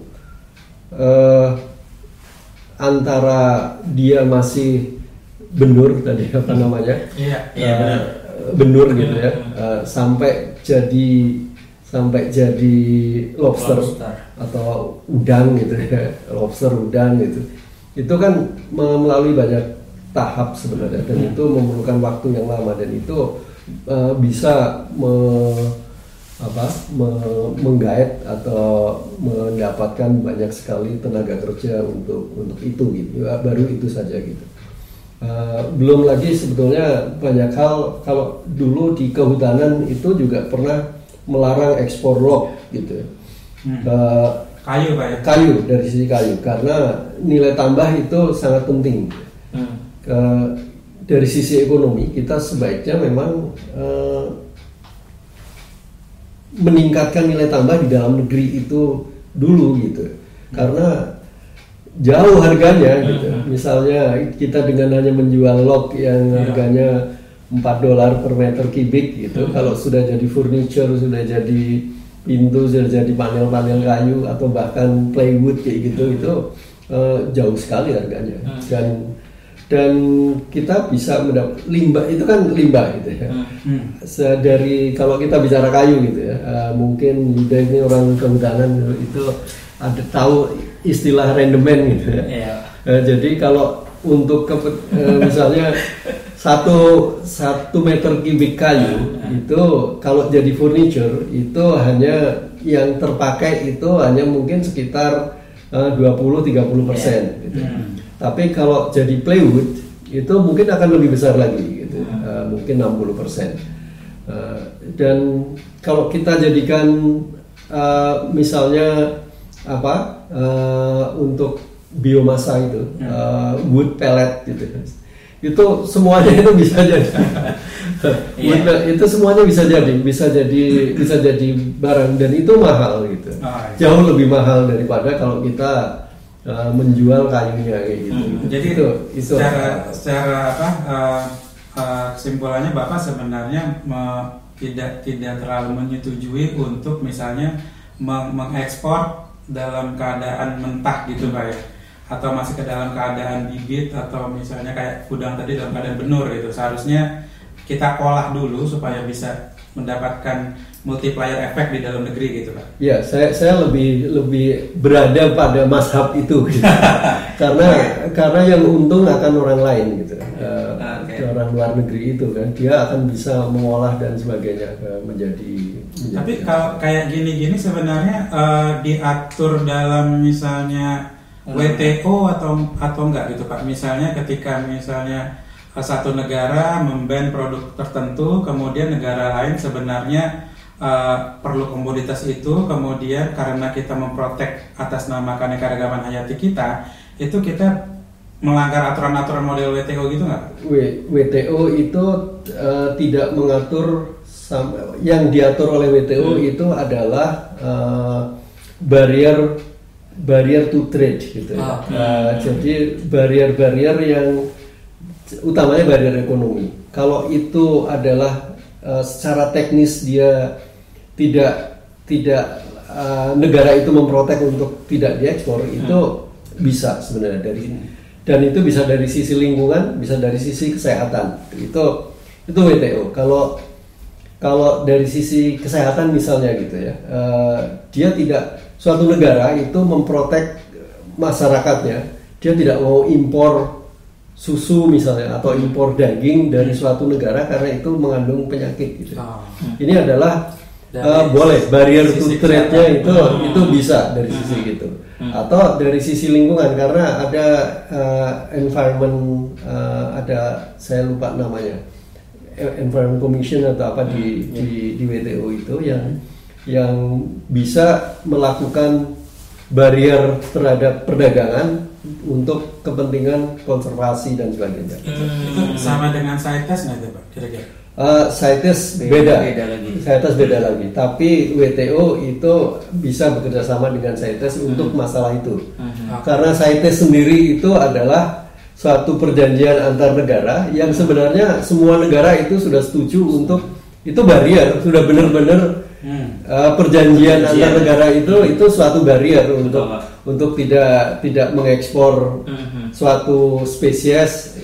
antara dia masih benur tadi apa namanya, benur gitu ya, sampai jadi lobster atau udang gitu ya, lobster udang gitu. Itu kan melalui banyak tahap sebenarnya, dan itu memerlukan waktu yang lama, dan itu bisa menggait atau mendapatkan banyak sekali tenaga kerja untuk itu gitu. Baru itu saja gitu. Belum lagi sebetulnya banyak hal. Kalau dulu di kehutanan itu juga pernah melarang ekspor log gitu. Kayu Pak ya? Kayu, dari sisi kayu, karena nilai tambah itu sangat penting. Dari sisi ekonomi kita sebaiknya memang meningkatkan nilai tambah di dalam negeri itu dulu gitu, karena jauh harganya gitu. Misalnya kita dengan hanya menjual log yang harganya $4 per meter kubik gitu, kalau sudah jadi furniture, sudah jadi pintu, sudah jadi panel-panel kayu atau bahkan plywood kayak gitu, itu jauh sekali harganya. Dan kita bisa mendapat limbah, itu kan limbah gitu ya. Dari kalau kita bicara kayu gitu ya, mungkin Yuda ini orang kehutanan itu ada tahu istilah rendemen gitu ya. Jadi kalau untuk misalnya satu meter kubik kayu itu kalau jadi furniture itu hanya yang terpakai itu hanya mungkin sekitar 20-30% gitu. Tapi kalau jadi plywood itu mungkin akan lebih besar lagi gitu, mungkin 60%. Dan kalau kita jadikan misalnya untuk biomasa itu wood pellet gitu, itu semuanya itu bisa jadi. Itu semuanya bisa jadi barang, dan itu mahal gitu. Jauh lebih mahal daripada kalau kita menjual kayunya kayak gitu. Jadi itu secara kesimpulannya Bapak sebenarnya tidak terlalu menyetujui untuk misalnya mengekspor dalam keadaan mentah gitu Pak ya, atau masih ke dalam keadaan bibit, atau misalnya kayak udang tadi dalam keadaan benur gitu. Seharusnya kita olah dulu supaya bisa mendapatkan multiplier efek di dalam negeri gitu Pak. Ya, saya lebih berada pada mazhab itu gitu. karena yang untung akan orang lain gitu. Orang luar negeri itu kan dia akan bisa mengolah dan sebagainya menjadi. Tapi kalau kayak gini-gini sebenarnya diatur dalam misalnya WTO atau enggak gitu Pak. Misalnya ketika misalnya satu negara memban produk tertentu, kemudian negara lain sebenarnya perlu komoditas itu, kemudian karena kita memprotek atas nama keanekaragaman hayati kita, itu kita melanggar aturan-aturan model WTO gitu nggak? WTO itu tidak mengatur, yang diatur oleh WTO itu adalah barrier to trade gitu ya. Jadi barrier yang utamanya barrier ekonomi. Kalau itu adalah secara teknis dia tidak negara itu memprotek untuk tidak diekspor, itu bisa sebenarnya dan itu bisa dari sisi lingkungan, bisa dari sisi kesehatan. Itu WTO. Kalau dari sisi kesehatan misalnya gitu ya, dia tidak, suatu negara itu memprotek masyarakatnya, dia tidak mau impor susu misalnya atau impor daging dari suatu negara karena itu mengandung penyakit gitu. Ini adalah boleh barrier to trade-nya itu bisa dari sisi gitu. Atau dari sisi lingkungan karena ada environment, ada saya lupa namanya, Environment Commission atau apa di WTO itu yang bisa melakukan barrier terhadap perdagangan untuk kepentingan konservasi dan sebagainya. Itu sama dengan CITES nggak itu Pak? Kira-kira? CITES beda lagi. CITES beda lagi. Tapi WTO itu bisa bekerja sama dengan CITES untuk masalah itu. Karena CITES sendiri itu adalah suatu perjanjian antar negara yang sebenarnya semua negara itu sudah setuju untuk itu barrier, sudah benar-benar perjanjian antar negara itu suatu barrier untuk tidak mengekspor suatu spesies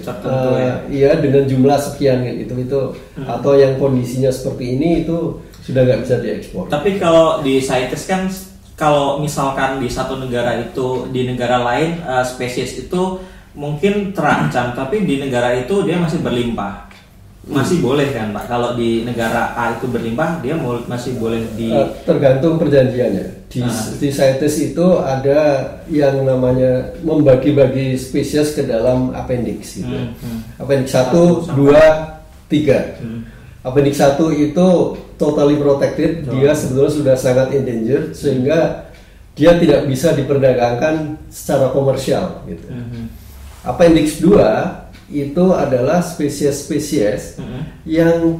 ya dengan jumlah sekian gitu atau yang kondisinya seperti ini itu sudah nggak bisa diekspor. Tapi kalau di CITES kan kalau misalkan di satu negara itu di negara lain spesies itu mungkin terancam, tapi di negara itu dia masih berlimpah. Masih boleh kan Pak? Kalau di negara A itu berlimpah, dia masih boleh tergantung perjanjiannya. Di CITES itu ada yang namanya membagi-bagi spesies ke dalam appendix gitu. Appendix 1, 2, 3. Appendix 1 itu totally protected, dia sebetulnya sudah sangat endangered sehingga dia tidak bisa diperdagangkan secara komersial gitu. Appendix 2 itu adalah spesies-spesies yang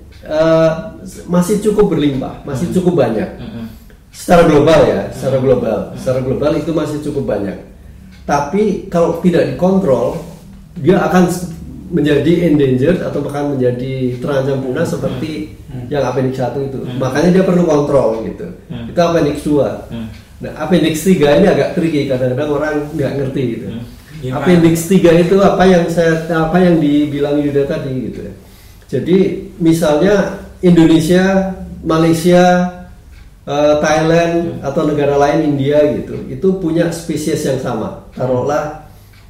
masih cukup berlimpah, masih cukup banyak. Secara global ya, secara global itu masih cukup banyak. Tapi kalau tidak dikontrol, dia akan menjadi endangered atau bahkan menjadi terancam punah seperti yang appendix 1 itu. Makanya dia perlu kontrol gitu. Itu appendix 2. Nah, appendix 3 ini agak tricky, kadang-kadang orang nggak ngerti gitu. Appendix 3 itu apa yang dibilang Yuda tadi gitu ya. Jadi misalnya Indonesia, Malaysia, Thailand atau negara lain, India gitu, itu punya spesies yang sama. Taruhlah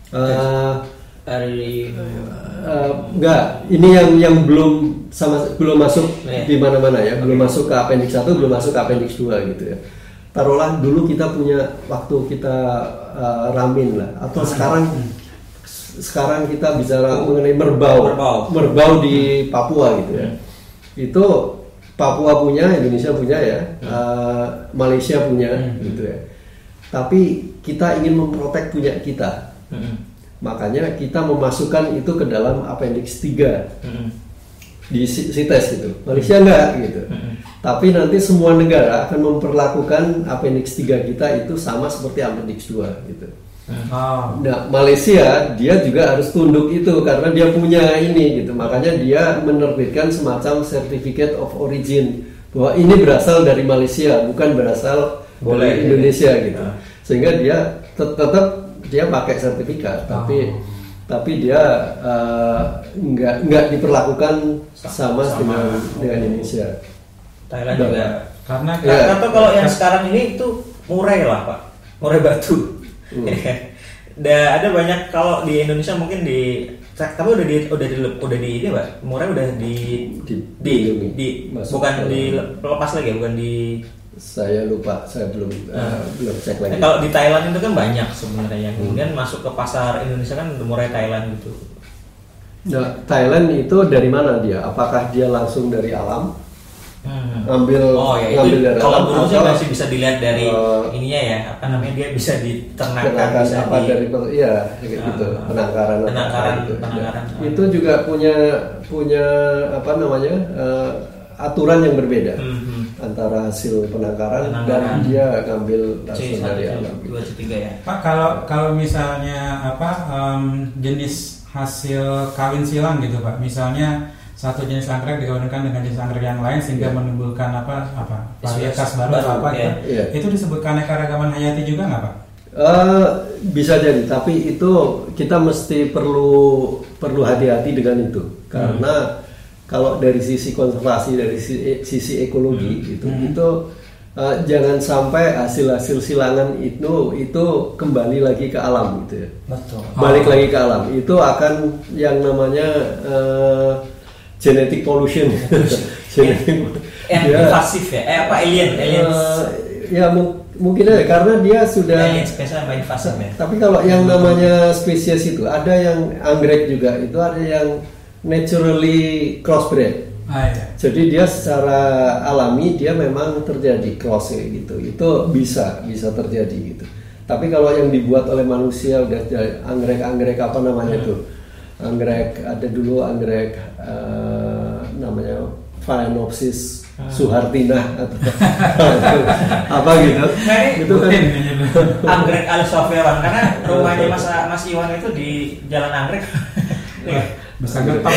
enggak, ini yang belum masuk di mana-mana ya, belum masuk ke appendix 1, belum masuk ke appendix 2 gitu ya. Taruhlah dulu kita punya waktu kita ramin lah, atau sekarang kita bicara mengenai merbau di Papua gitu ya. Itu Papua punya, Indonesia punya ya, Malaysia punya gitu ya. Tapi kita ingin memprotek punya kita, makanya kita memasukkan itu ke dalam appendix 3 di CITES gitu. Malaysia enggak gitu. Tapi nanti semua negara akan memperlakukan appendix 3 kita itu sama seperti appendix 2 gitu. Nah, Malaysia dia juga harus tunduk itu karena dia punya ini gitu. Makanya dia menerbitkan semacam certificate of origin bahwa ini berasal dari Malaysia, bukan berasal dari Indonesia gitu. Sehingga dia tetap dia pakai sertifikat, tapi dia nggak diperlakukan sama dengan Indonesia. Thailand juga. Karena kalau yang sekarang ini itu murai lah Pak, murai batu. Ada banyak kalau di Indonesia mungkin tapi udah di ini Pak, murai udah bukan dilepas lagi, bukan di. Saya lupa, saya belum cek lagi. Kalau di Thailand itu kan banyak sebenarnya yang kemudian masuk ke pasar Indonesia kan murai Thailand gitu. Nah, Thailand itu dari mana dia? Apakah dia langsung dari alam? Ngambil dari kalau alam? dulu sih masih bisa dilihat dari ininya ya, apa namanya, dia bisa diternakan, bisa apa dari gitu, penangkaran. Gitu. Itu juga punya apa namanya aturan yang berbeda antara hasil penangkaran dan dia ngambil langsung dari alam. 2/3 ya. Pak, kalau misalnya jenis hasil kawin silang gitu Pak, misalnya satu jenis anggrek dikawinkan dengan jenis anggrek yang lain sehingga menimbulkan varietas baru atau apa itu disebut keanekaragaman hayati juga nggak Pak? Bisa jadi, tapi itu kita mesti perlu hati-hati dengan itu karena kalau dari sisi konservasi, dari sisi ekologi itu jangan sampai hasil silangan itu kembali lagi ke alam gitu ya. Betul. Balik lagi ke alam itu akan yang namanya genetic pollution. Invasif ya? Alien? Ya mungkin aja karena dia sudah. Alien spesies apa invasif ya? Tapi kalau yang namanya spesies itu ada yang anggrek juga, itu ada yang naturally crossbred. Jadi dia secara alami dia memang terjadi cross gitu. Itu bisa terjadi gitu. Tapi kalau yang dibuat oleh manusia udah anggrek apa namanya itu? Anggrek ada dulu anggrek namanya Phalaenopsis Suhartina atau apa gitu. Itu kan anggrek Alisofewan karena rumahnya Mas Iwan itu di Jalan Anggrek. Bisa getong.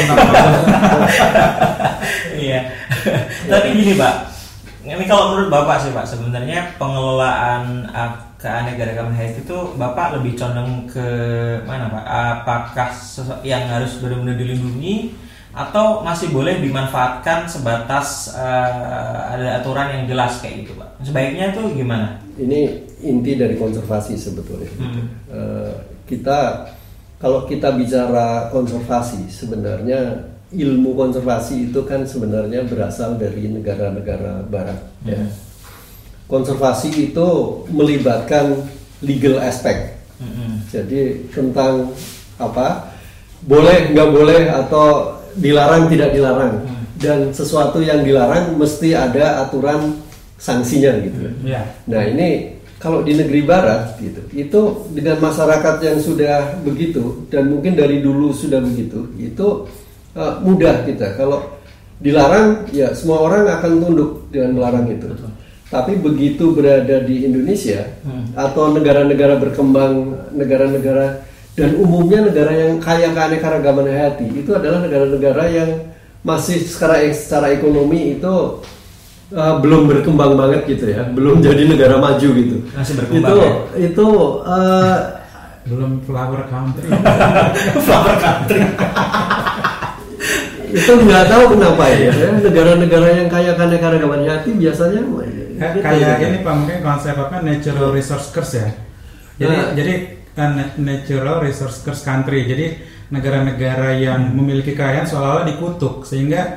Iya. Tapi gini Pak, ini kalau menurut Bapak sih Pak, sebenarnya pengelolaan keanekaragaman hayati itu Bapak lebih condong ke mana Pak? Apakah yang harus benar-benar dilindungi atau masih boleh dimanfaatkan sebatas ada aturan yang jelas kayak gitu Pak? Sebaiknya tuh gimana? Ini inti dari konservasi sebetulnya. Kalau kita bicara konservasi, sebenarnya ilmu konservasi itu kan sebenarnya berasal dari negara-negara barat. Ya. Konservasi itu melibatkan legal aspect. Jadi tentang apa, boleh nggak boleh atau dilarang tidak dilarang. Dan sesuatu yang dilarang mesti ada aturan sanksinya gitu. Nah ini kalau di negeri barat gitu, itu dengan masyarakat yang sudah begitu dan mungkin dari dulu sudah begitu, itu mudah kita. Kalau dilarang, ya semua orang akan tunduk dengan melarang itu. Tapi begitu berada di Indonesia atau negara-negara berkembang, negara-negara dan umumnya negara yang kaya keanekaragaman hayati, itu adalah negara-negara yang masih secara ekonomi itu belum berkembang banget gitu ya, belum jadi negara maju gitu. Masih berkembang. Itu belum flower country. Flower country. Itu nggak tahu kenapa ya. Negara-negara yang kaya keanekaragaman hayati biasanya kayak ini Pak, mungkin konsep apa natural resource curse ya. Jadi natural resource curse country. Jadi negara-negara yang memiliki kekayaan seolah-olah dikutuk sehingga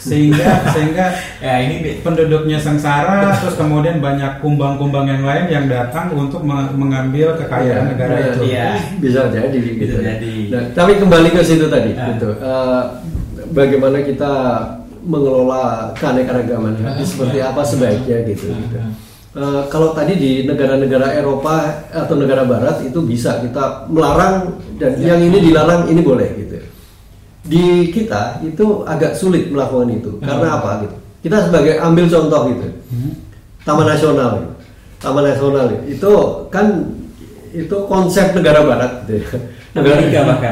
ya ini penduduknya sengsara, terus kemudian banyak kumbang-kumbang yang lain yang datang untuk mengambil kekayaan negara itu. Bisa jadi gitu. Nah, tapi kembali ke situ tadi gitu. Bagaimana kita mengelola keanekaragaman hayati seperti apa sebaiknya gitu. Kalau tadi di negara-negara Eropa atau negara Barat itu bisa kita melarang dan yang ini dilarang, ini boleh gitu. Di kita itu agak sulit melakukan itu karena apa gitu. Kita sebagai ambil contoh gitu. Taman Nasional gitu. Taman Nasional itu kan itu konsep negara Barat gitu. Amerika bahkan.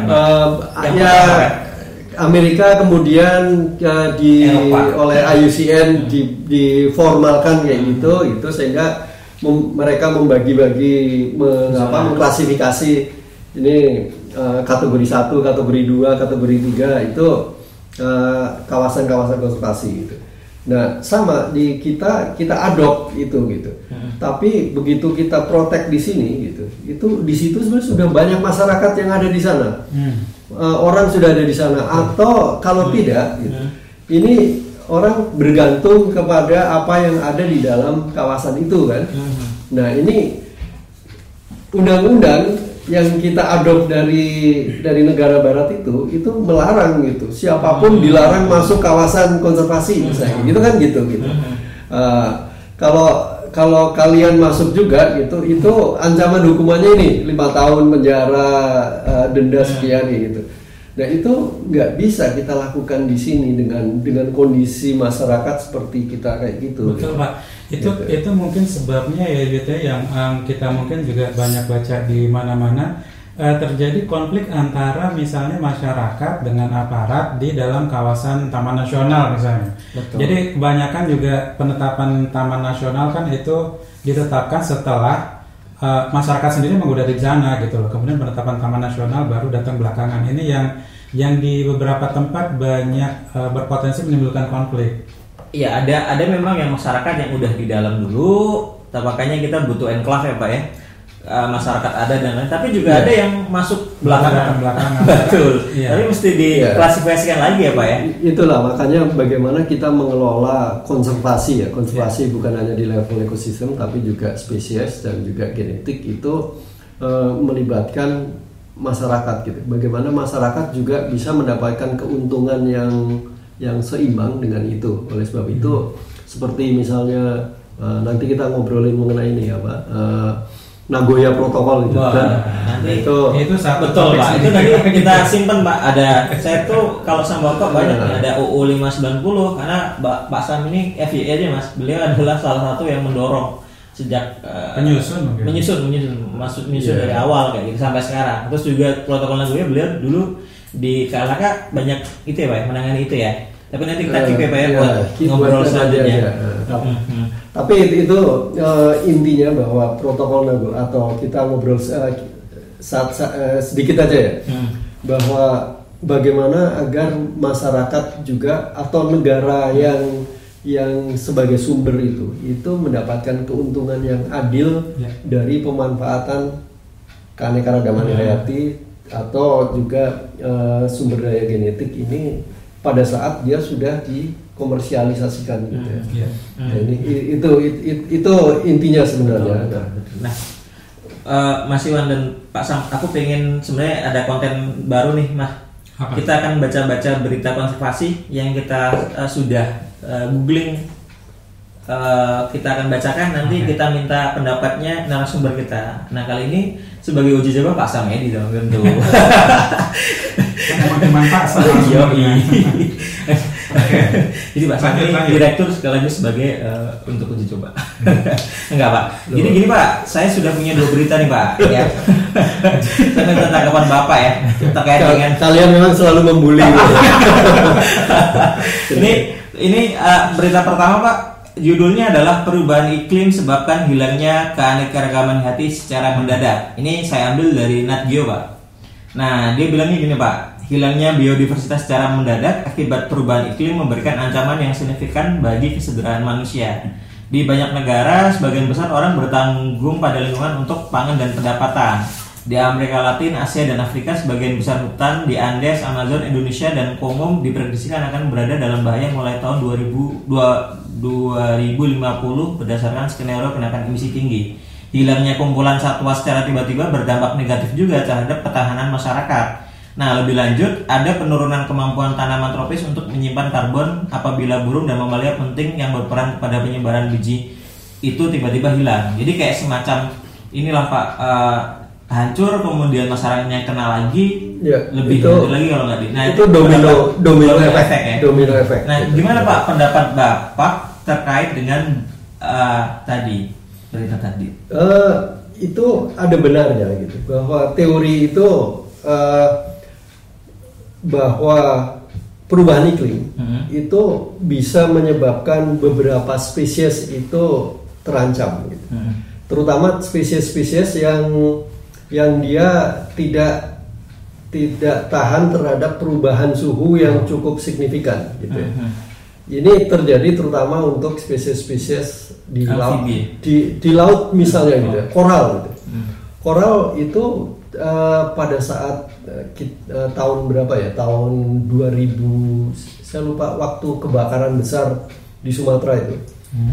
Amerika kemudian oleh IUCN diformalkan kayak gitu sehingga mereka membagi-bagi mengklasifikasi ini kategori 1, kategori 2, kategori 3 itu kawasan-kawasan konservasi gitu. Nah, sama di kita adopt itu gitu. Tapi begitu kita protect di sini gitu, itu di situ sebenarnya sudah banyak masyarakat yang ada di sana. Orang sudah ada di sana atau kalau tidak gitu. Ini orang bergantung kepada apa yang ada di dalam kawasan itu kan. Nah, ini undang-undang yang kita adopt dari negara barat itu melarang gitu. Siapapun dilarang masuk kawasan konservasi misalnya. Gitu kan gitu. Kalau kalian masuk juga gitu, itu ancaman hukumannya ini 5 tahun penjara, denda sekian gitu. Nah itu nggak bisa kita lakukan di sini dengan kondisi masyarakat seperti kita kayak gitu. Betul Pak. Itu mungkin sebabnya ya gitu ya, yang kita mungkin juga banyak baca di mana-mana, terjadi konflik antara misalnya masyarakat dengan aparat di dalam kawasan taman nasional misalnya. Betul. Jadi kebanyakan juga penetapan taman nasional kan itu ditetapkan setelah masyarakat sendiri menggugat di sana gitu loh. Kemudian penetapan taman nasional baru datang belakangan. Ini yang di beberapa tempat banyak berpotensi menimbulkan konflik. Iya, ada memang yang masyarakat yang udah di dalam dulu, makanya kita butuh enclave ya Pak ya. Masyarakat ada dan lain, tapi juga ada yang masuk belakangan. Betul. Tapi mesti diklasifikasikan lagi ya Pak ya. Itulah makanya bagaimana kita mengelola konservasi ya. Konservasi bukan hanya di level ekosistem tapi juga spesies dan juga genetik itu melibatkan masyarakat gitu. Bagaimana masyarakat juga bisa mendapatkan keuntungan yang seimbang dengan itu. Oleh sebab itu seperti misalnya nanti kita ngobrolin mengenai ini ya Pak. Nagoya Protokol gitu kan. Nanti itu betul Pak. Itu tadi kita simpen Pak. Saya tuh kalau sama Bapak banyak ada UU 590 karena Pak Sam ini FYI aja Mas. Beliau adalah salah satu yang mendorong sejak menyusun dari awal kayak gitu sampai sekarang. Terus juga protokol Nagoya beliau dulu di KLHK banyak itu ya Pak, menangani itu ya. Tapi nanti kita keep ya Pak ya buat ngobrol selanjutnya. Tapi itu intinya bahwa protokol Nagoya atau kita ngobrol sedikit aja ya, bahwa bagaimana agar masyarakat juga atau negara yang sebagai sumber itu mendapatkan keuntungan yang adil dari pemanfaatan keanekaragaman hayati atau juga sumber daya genetik ini pada saat dia sudah dikomersialisasikan gitu ya. Nah, itu intinya sebenarnya. Nah, Mas Iwan dan Pak Sam, aku pengen sebenarnya ada konten baru nih Mas. Kita akan baca-baca berita konservasi yang kita sudah googling. Kita akan bacakan nanti kita minta pendapatnya narasumber kita. Nah kali ini sebagai uji coba Pak Sam Edi dong tentu. Teman-teman Pak Sam. Jadi Pak Sam ini direktur sekaligus sebagai untuk uji coba. Enggak Pak. Jadi gini Pak, saya sudah punya 2 berita nih Pak. Ya. Saya minta tanggapan Bapak ya terkait dengan kalian memang selalu membuli. Ini berita pertama Pak. Judulnya adalah perubahan iklim sebabkan hilangnya keanekaragaman hayati secara mendadak. Ini saya ambil dari Nat Geo Pak. Nah dia bilangnya gini Pak, hilangnya biodiversitas secara mendadak akibat perubahan iklim memberikan ancaman yang signifikan bagi kesejahteraan manusia. Di banyak negara, sebagian besar orang bertanggung pada lingkungan untuk pangan dan pendapatan. Di Amerika Latin, Asia, dan Afrika, sebagian besar hutan di Andes, Amazon, Indonesia, dan Kongo diprediksikan akan berada dalam bahaya mulai tahun 2050 berdasarkan skenario kenaikan emisi tinggi. Hilangnya kumpulan satwa secara tiba-tiba berdampak negatif juga terhadap ketahanan masyarakat. Nah, lebih lanjut, ada penurunan kemampuan tanaman tropis untuk menyimpan karbon apabila burung dan mamalia penting yang berperan pada penyebaran biji itu tiba-tiba hilang. Jadi kayak semacam inilah Pak, hancur kemudian masyarakatnya kena lagi lebih hancur lagi kalau nggak nah itu domino efek ya. Domino efek. Nah gimana Pak pendapat Bapak terkait dengan tadi berita tadi? Itu ada benarnya gitu bahwa teori itu bahwa perubahan iklim itu bisa menyebabkan beberapa spesies itu terancam gitu. Terutama spesies-spesies yang dia tidak tahan terhadap perubahan suhu yang cukup signifikan gitu. Ini terjadi terutama untuk spesies-spesies di laut, di laut misalnya gitu, koral gitu. Koral itu pada saat tahun berapa ya? Tahun 2000, saya lupa, waktu kebakaran besar di Sumatera itu.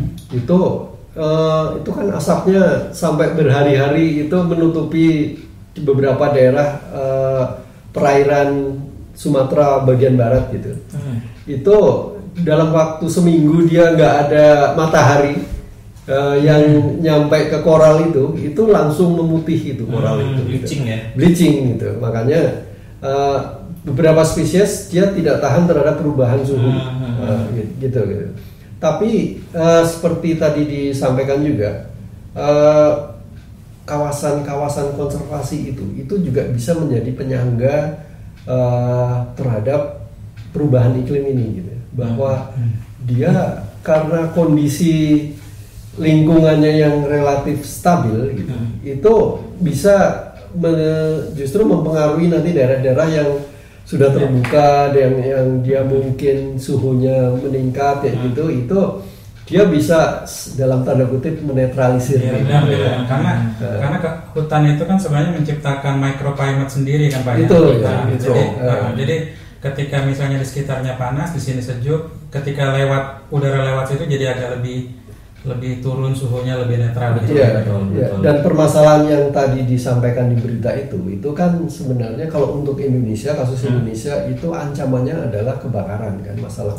Itu kan asapnya sampai berhari-hari itu menutupi di beberapa daerah perairan Sumatera bagian barat gitu. Itu dalam waktu seminggu dia nggak ada matahari yang nyampe ke koral itu langsung memutih itu koral itu. Bleaching gitu. Bleaching gitu. Makanya beberapa spesies dia tidak tahan terhadap perubahan suhu gitu. Tapi seperti tadi disampaikan juga kawasan-kawasan konservasi itu juga bisa menjadi penyangga terhadap perubahan iklim ini gitu. Bahwa dia karena kondisi lingkungannya yang relatif stabil gitu, itu bisa justru mempengaruhi nanti daerah-daerah yang sudah terbuka, yang dia mungkin suhunya meningkat ya gitu, itu dia bisa dalam tanda kutip menetralisir. Karena hutan itu kan sebenarnya menciptakan microclimate sendiri kan Pak. Jadi ketika misalnya di sekitarnya panas, di sini sejuk, ketika udara lewat situ jadi agak lebih turun suhunya, lebih netral gitu. Betul. Dan permasalahan yang tadi disampaikan di berita itu kan sebenarnya kalau untuk Indonesia, kasus Indonesia itu ancamannya adalah kebakaran kan, masalah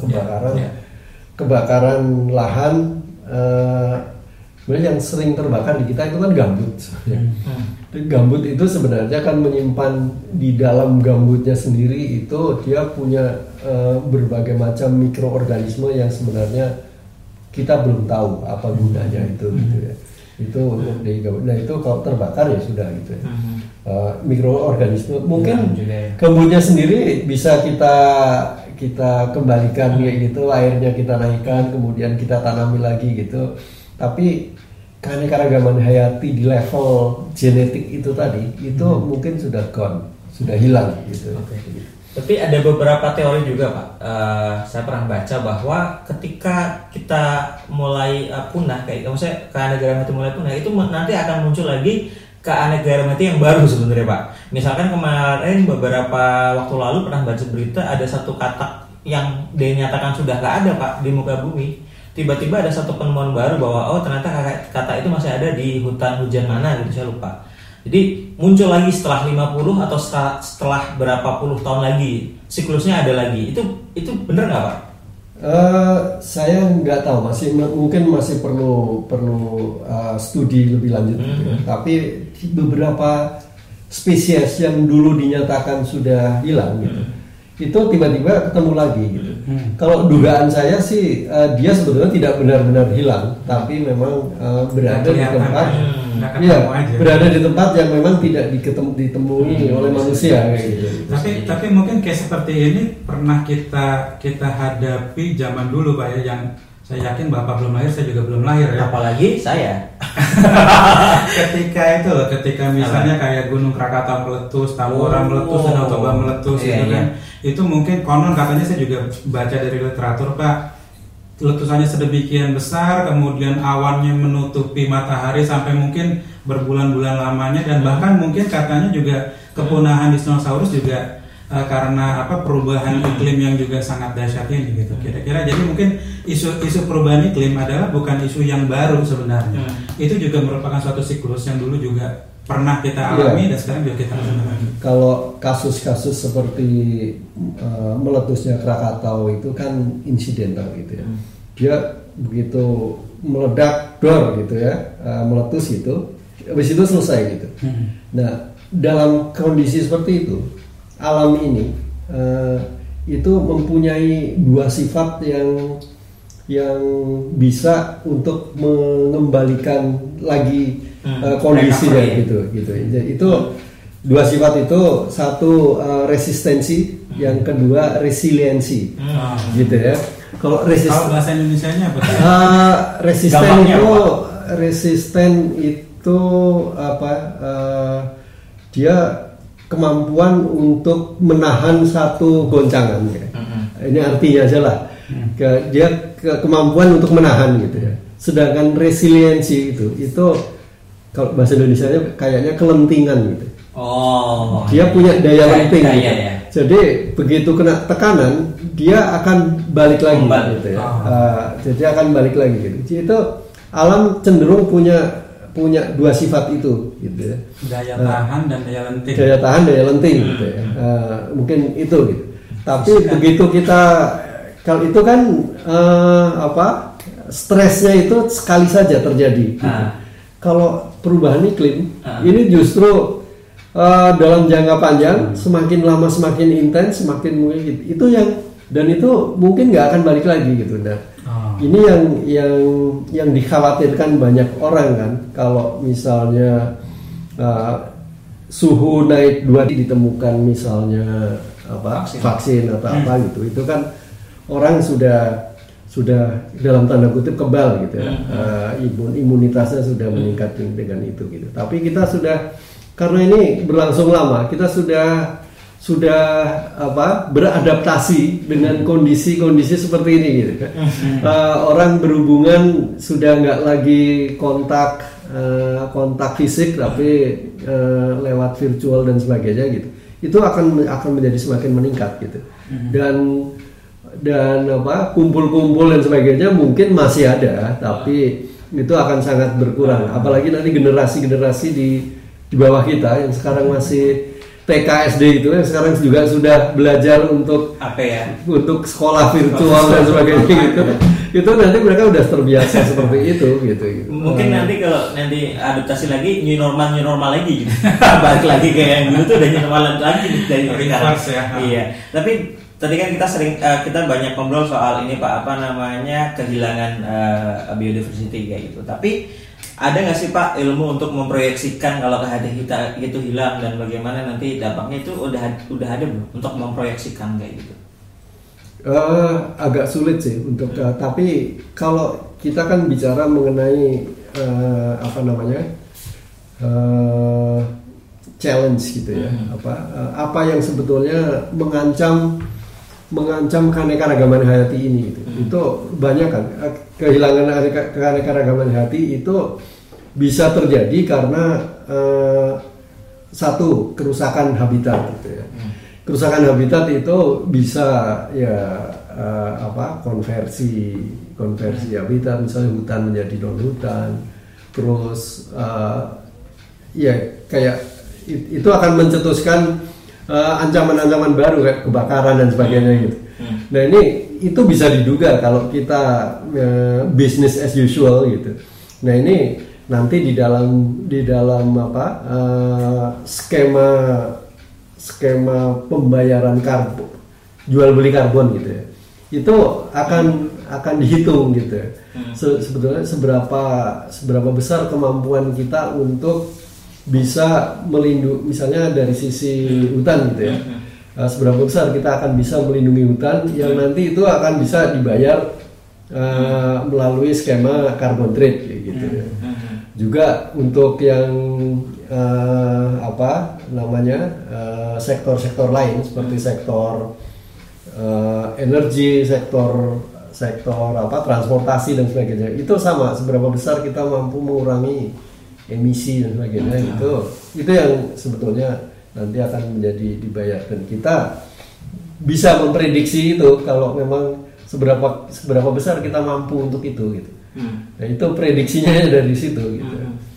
kebakaran lahan. Sebenarnya yang sering terbakar di kita itu kan gambut. Gambut itu sebenarnya kan menyimpan di dalam gambutnya sendiri itu dia punya berbagai macam mikroorganisme yang sebenarnya kita belum tahu apa gunanya itu gitu ya. Itu untuk di gambut. Nah itu kalau terbakar ya sudah gitu ya. Mikroorganisme mungkin gambutnya sendiri bisa kita kembalikan kayak gitu, airnya kita naikkan, kemudian kita tanami lagi gitu. Tapi keanekaragaman hayati di level genetik itu tadi itu mungkin sudah gone, sudah hilang gitu. Tapi ada beberapa teori juga Pak. Saya pernah baca bahwa ketika kita mulai punah, kayak maksudnya keanekaragaman itu mulai punah, itu nanti akan muncul lagi keanekaragaman yang baru sebenarnya Pak. Misalkan kemarin beberapa waktu lalu pernah baca berita ada satu katak yang dinyatakan sudah nggak ada Pak di muka bumi. Tiba-tiba ada satu penemuan baru bahwa ternyata kata itu masih ada di hutan hujan mana gitu, saya lupa. Jadi muncul lagi setelah 50 atau setelah berapa puluh tahun lagi, siklusnya ada lagi. Itu benar nggak Pak? Saya nggak tahu, mungkin masih perlu studi lebih lanjut. Tapi beberapa spesies yang dulu dinyatakan sudah hilang gitu, itu tiba-tiba ketemu lagi gitu. Kalau dugaan saya sih dia sebetulnya tidak benar-benar hilang, tapi memang berada di tempat, berada di tempat yang memang tidak ditemui oleh manusia gitu. Tapi mungkin kayak seperti ini pernah kita hadapi zaman dulu Pak ya, yang saya yakin Bapak belum lahir, saya juga belum lahir ya. Apalagi saya. ketika misalnya kayak Gunung Krakatau meletus, Tambora meletus, Danau Toba meletus gitu kan. Itu mungkin konon katanya, saya juga baca dari literatur Pak, letusannya sedemikian besar, kemudian awannya menutupi matahari sampai mungkin berbulan-bulan lamanya, dan bahkan mungkin katanya juga kepunahan dinosaurus juga karena perubahan iklim yang juga sangat dahsyat ini gitu kira-kira. Jadi mungkin isu perubahan iklim adalah bukan isu yang baru sebenarnya. Itu juga merupakan suatu siklus yang dulu juga pernah kita alami dan sekarang juga kita alami lagi. Kalau kasus-kasus seperti meletusnya Krakatau itu kan insidental gitu ya. Dia begitu meledak gitu ya, meletus gitu, habis itu selesai gitu. Nah, dalam kondisi seperti itu, alam ini itu mempunyai dua sifat yang bisa untuk mengembalikan lagi kondisinya gitu. Jadi itu dua sifat itu, satu resistensi, yang kedua resiliensi, gitu ya. Kalau bahasa Indonesianya apa? Resisten itu dia kemampuan untuk menahan satu goncangan ya. Ini artinya aja lah. Dia kemampuan untuk menahan gitu ya. Sedangkan resiliensi itu kalau bahasa Indonesianya kayaknya kelentingan gitu. Dia punya daya lenting gitu. Jadi begitu kena tekanan dia akan balik lagi gitu ya. Jadi akan balik lagi gitu. Jadi itu alam cenderung punya punya dua sifat itu gitu ya. Daya tahan dan daya lenting. Daya tahan, daya lenting gitu ya. Mungkin itu gitu. Tapi begitu kita kalau itu kan stresnya itu sekali saja terjadi. Gitu. Kalau perubahan iklim ini justru dalam jangka panjang semakin lama semakin intens, semakin gitu. Itu dan itu mungkin nggak akan balik lagi gitu. Nah, ini yang dikhawatirkan banyak orang kan, kalau misalnya suhu naik 2 ditemukan misalnya vaksin atau apa gitu, itu kan orang sudah dalam tanda kutip kebal gitu ya, imunitasnya sudah meningkat dengan itu gitu. Tapi kita sudah, karena ini berlangsung lama, kita sudah beradaptasi dengan kondisi-kondisi seperti ini gitu kan. Orang berhubungan sudah nggak lagi kontak fisik, tapi lewat virtual dan sebagainya gitu. Itu akan menjadi semakin meningkat gitu. Dan kumpul-kumpul dan sebagainya mungkin masih ada, tapi itu akan sangat berkurang. Apalagi nanti generasi di bawah kita yang sekarang masih TK SD itu, yang sekarang juga sudah belajar untuk untuk sekolah virtual dan sebagainya gitu. Itu nanti mereka udah terbiasa seperti itu gitu. Mungkin nanti kalau adaptasi lagi new normal lagi gitu. Balik lagi kayak yang dulu tuh udah new normal lagi dari sekarang. Iya. Tapi tadi kan kita banyak ngobrol soal ini Pak, kehilangan biodiversity kayak gitu. Tapi ada nggak sih Pak ilmu untuk memproyeksikan kalau kehadiran kita itu hilang dan bagaimana nanti dampaknya itu udah ada belum untuk memproyeksikan kayak gitu? Agak sulit sih untuk tapi kalau kita kan bicara mengenai challenge gitu ya, apa yang sebetulnya mengancam keanekaragaman hayati ini gitu. Itu banyak kan, kehilangan keanekaragaman hayati itu bisa terjadi karena satu, kerusakan habitat gitu ya. Kerusakan habitat itu bisa konversi habitat, misalnya hutan menjadi non hutan, terus kayak itu akan mencetuskan ancaman-ancaman baru kayak kebakaran dan sebagainya gitu. Nah itu bisa diduga kalau kita business as usual gitu. Nah ini nanti di dalam skema pembayaran karbon, jual beli karbon gitu ya, itu akan dihitung gitu ya. Sebetulnya seberapa besar kemampuan kita untuk bisa melindungi, misalnya dari sisi hutan gitu ya, seberapa besar kita akan bisa melindungi hutan yang nanti itu akan bisa dibayar melalui skema carbon trade gitu ya. Juga untuk yang sektor-sektor lain seperti sektor energi, sektor transportasi dan sebagainya, itu sama, seberapa besar kita mampu mengurangi emisi dan sebagainya. Itu yang sebetulnya nanti akan menjadi dibayar, dan kita bisa memprediksi itu kalau memang seberapa besar kita mampu untuk itu gitu. Nah itu prediksinya dari situ gitu.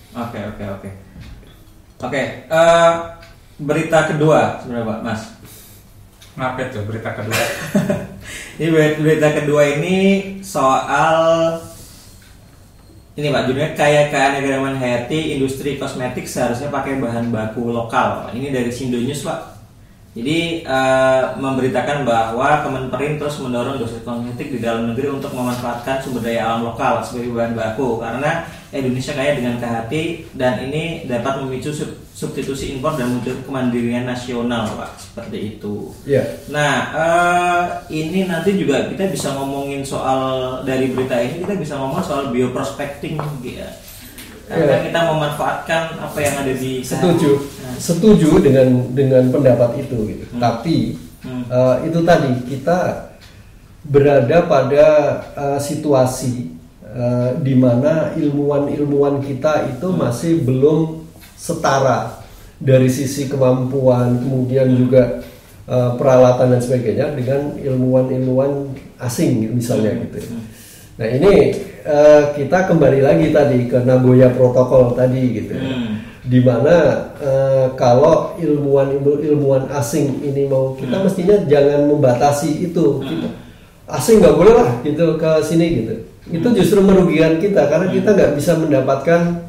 Oke. Berita kedua sebenarnya Mas. Apa itu berita kedua? Ini berita kedua ini soal ini Pak, judulnya keanekaragaman hayati industri kosmetik seharusnya pakai bahan baku lokal. Ini dari Sindo News Pak. Jadi memberitakan bahwa Kemenperin terus mendorong industri kosmetik di dalam negeri untuk memanfaatkan sumber daya alam lokal sebagai bahan baku, karena Indonesia kaya dengan KHT dan ini dapat memicu substitusi impor dan muncul kemandirian nasional Pak, seperti itu. Nah ini nanti juga kita bisa ngomongin soal, dari berita ini kita bisa ngomong soal bioprospecting ya. Karena kita memanfaatkan apa yang ada di setuju dengan pendapat itu gitu. Tapi itu tadi kita berada pada situasi di mana ilmuwan kita itu masih belum setara dari sisi kemampuan, kemudian juga peralatan dan sebagainya dengan ilmuwan asing misalnya gitu ya. Nah ini kita kembali lagi tadi ke Nagoya Protocol tadi gitu, dimana kalau ilmuwan asing ini mau, kita mestinya jangan membatasi itu, kita asing nggak boleh lah gitu ke sini gitu. Itu justru merugikan kita karena kita nggak bisa mendapatkan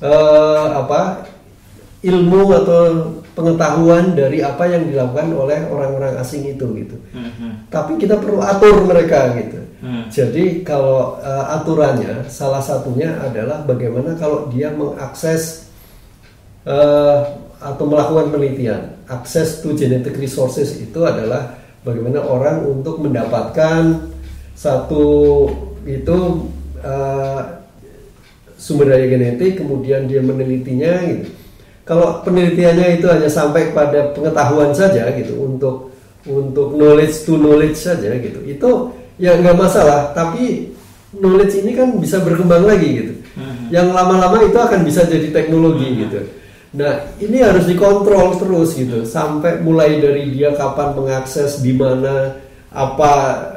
ilmu atau pengetahuan dari apa yang dilakukan oleh orang-orang asing itu gitu. Tapi kita perlu atur mereka gitu. Jadi kalau aturannya salah satunya adalah bagaimana kalau dia mengakses atau melakukan penelitian. Access to genetic resources itu adalah bagaimana orang untuk mendapatkan satu itu sumber daya genetik, kemudian dia menelitinya gitu. Kalau penelitiannya itu hanya sampai pada pengetahuan saja gitu, untuk knowledge to knowledge saja gitu, itu ya nggak masalah. Tapi knowledge ini kan bisa berkembang lagi gitu. Yang lama-lama itu akan bisa jadi teknologi gitu. Nah ini harus dikontrol terus gitu, sampai mulai dari dia kapan mengakses, di mana, apa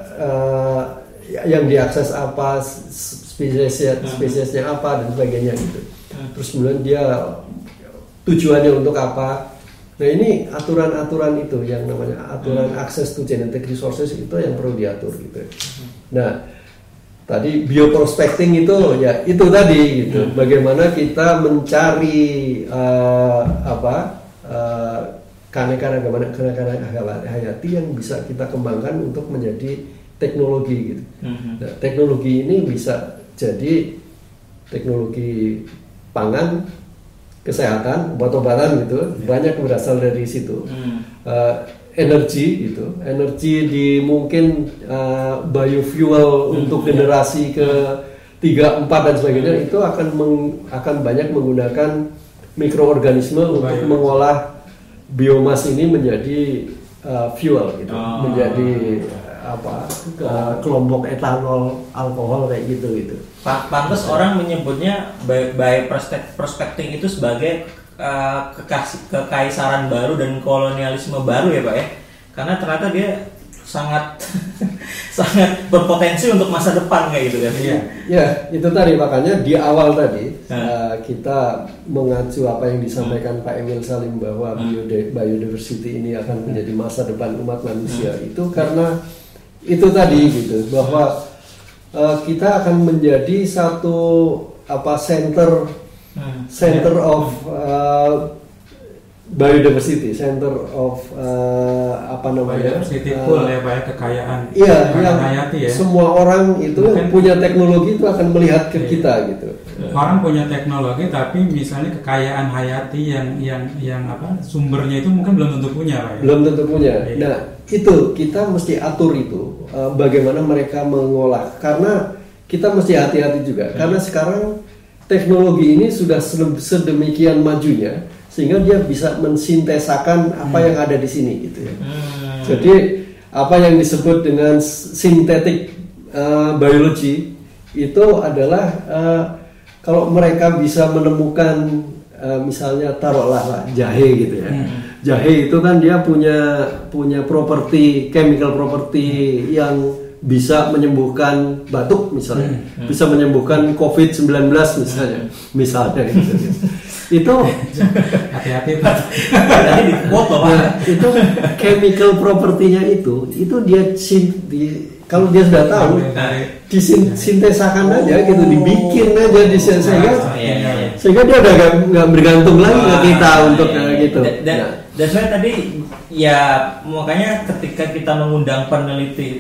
yang diakses, apa spesiesnya apa dan sebagainya gitu. Terus kemudian dia tujuannya untuk apa. Nah ini aturan-aturan itu yang namanya aturan access to genetic resources itu yang perlu diatur gitu. Nah tadi bioprospecting itu ya itu tadi gitu, bagaimana kita mencari keanekaragaman hayati yang bisa kita kembangkan untuk menjadi teknologi gitu. Nah, teknologi ini bisa jadi teknologi pangan, kesehatan, obat-obatan gitu, banyak berasal dari situ. Energi gitu, energi di mungkin biofuel untuk generasi ke 3, 4 dan sebagainya, itu akan banyak menggunakan mikroorganisme untuk mengolah biomas ini menjadi fuel gitu, menjadi kelompok etanol, alkohol kayak gitu. Pantes orang menyebutnya bioprospecting itu sebagai kekaisaran baru dan kolonialisme baru ya Pak ya, karena ternyata dia sangat berpotensi untuk masa depan kayak gitu kan. Ya itu tadi, makanya di awal tadi kita mengacu apa yang disampaikan Pak Emil Salim bahwa biodiversity ini akan menjadi masa depan umat manusia, itu karena itu tadi gitu, bahwa kita akan menjadi satu center of biodiversity, center of biodiversity pool ya Pak, kekayaan hayati ya. Semua orang itu yang punya teknologi itu akan melihat ke kita gitu. Orang punya teknologi tapi misalnya kekayaan hayati yang sumbernya itu mungkin belum tentu punya Pak ya? Belum tentu punya. Nah itu kita mesti atur itu, bagaimana mereka mengolah, karena kita mesti hati-hati juga karena sekarang teknologi ini sudah sedemikian majunya sehingga dia bisa mensintesakan apa yang ada di sini gitu ya. Jadi apa yang disebut dengan synthetic biology itu adalah kalau mereka bisa menemukan misalnya taruhlah jahe gitu ya. Jahe itu kan dia punya properti, chemical property yang bisa menyembuhkan batuk misalnya, bisa menyembuhkan COVID-19 misalnya gitu. Itu hati-hati Pak. Tadi di quote loh Pak. Itu chemical propertinya itu dia kalau dia sudah tahu disintesakan aja gitu, dibikin aja sehingga dia udah nggak bergantung lagi ke kita untuk gitu. Dan saya tadi ya makanya ketika kita mengundang peneliti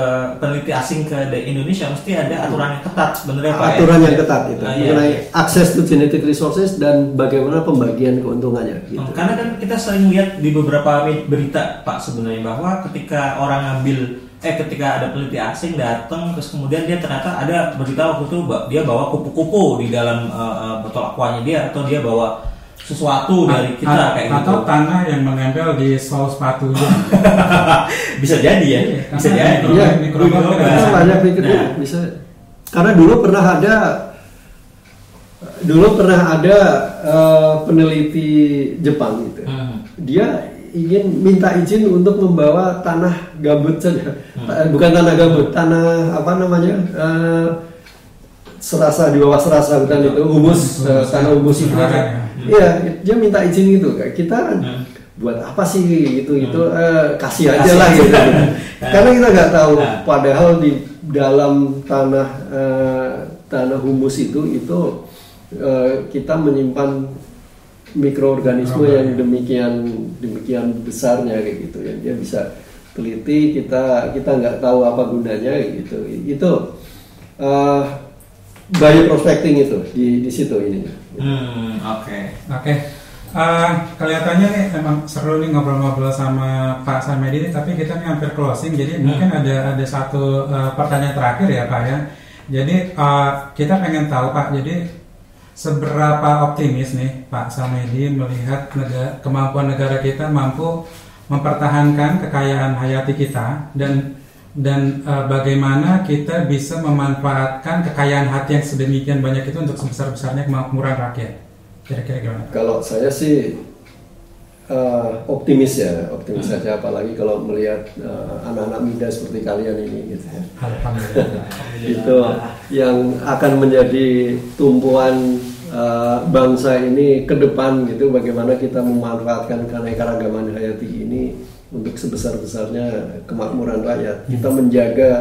asing ke Indonesia mesti ada aturan yang ketat sebenarnya Pak. Aturan yang ketat itu mengenai access to genetic resources dan bagaimana pembagian keuntungannya gitu. Karena kan kita sering lihat di beberapa berita Pak sebenarnya bahwa ketika orang ketika ada peneliti asing datang terus kemudian dia ternyata ada berita waktu itu dia bawa kupu-kupu di dalam botol aquanya dia, atau dia bawa sesuatu dari kita kayak gitu, atau tanah yang menempel di sol sepatunya. Bisa jadi ya, bisa jadi. Iya, banyak pikirnya bisa. Karena dulu pernah ada peneliti Jepang gitu. Dia ingin minta izin untuk membawa tanah gambut saja, bukan tanah gambut, tanah apa namanya, serasa di bawah serasa hutan itu, humus, tanah humus itu. Iya, dia minta izin gitu. Kita buat apa sih gitu, kasih aja lah gitu. Karena kita nggak tahu, padahal di dalam tanah humus itu kita menyimpan mikroorganisme yang demikian besarnya kayak gitu ya. Dia bisa teliti, kita nggak tahu apa gunanya kayak gitu. Itu bioprospecting itu di situ ininya. Oke. Kelihatannya nih emang seru nih ngobrol-ngobrol sama Pak Samedi, tapi kita nih hampir closing, jadi mungkin ada satu pertanyaan terakhir ya Pak ya. Jadi kita pengen tahu Pak, jadi seberapa optimis nih Pak Samedi melihat kemampuan negara kita mampu mempertahankan kekayaan hayati kita dan bagaimana kita bisa memanfaatkan kekayaan hati yang sedemikian banyak itu untuk sebesar-besarnya kemakmuran rakyat. Kira-kira gimana? Kalau saya sih optimis saja, apalagi kalau melihat anak-anak muda seperti kalian ini gitu ya. Itu yang akan menjadi tumpuan bangsa ini ke depan gitu, bagaimana kita memanfaatkan keanekaragaman hayati ini untuk sebesar-besarnya kemakmuran rakyat. Kita menjaga,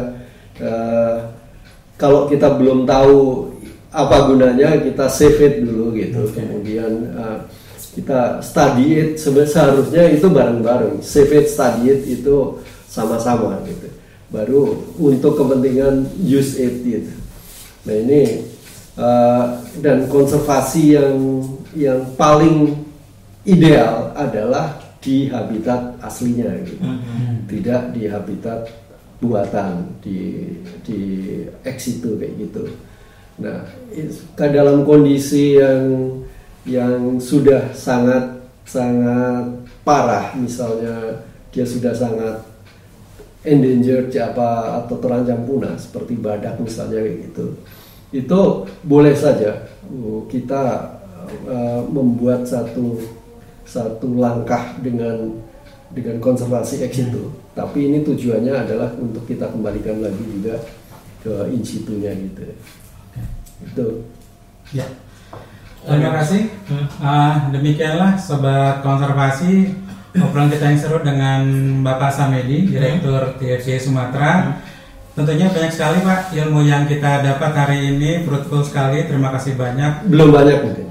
kalau kita belum tahu apa gunanya, kita save it dulu gitu. Kemudian kita study it, seharusnya itu bareng-bareng. Save it, study it itu sama-sama gitu. Baru untuk kepentingan use it gitu. Nah ini dan konservasi yang paling ideal adalah di habitat aslinya gitu. Tidak di habitat buatan, di ex situ kayak gitu. Nah, dalam kondisi yang sudah sangat parah, misalnya dia sudah sangat endangered atau terancam punah seperti badak misalnya kayak gitu, itu boleh saja kita membuat satu langkah dengan konservasi ex situ. Tapi ini tujuannya adalah untuk kita kembalikan lagi juga ke in situnya gitu. Itu. Ya. Terima kasih. Demikianlah sobat konservasi, obrolan kita yang seru dengan Bapak Samedi, Direktur TFC Sumatera. Tentunya banyak sekali Pak ilmu yang kita dapat hari ini, fruitful sekali. Terima kasih banyak. Belum banyak mungkin.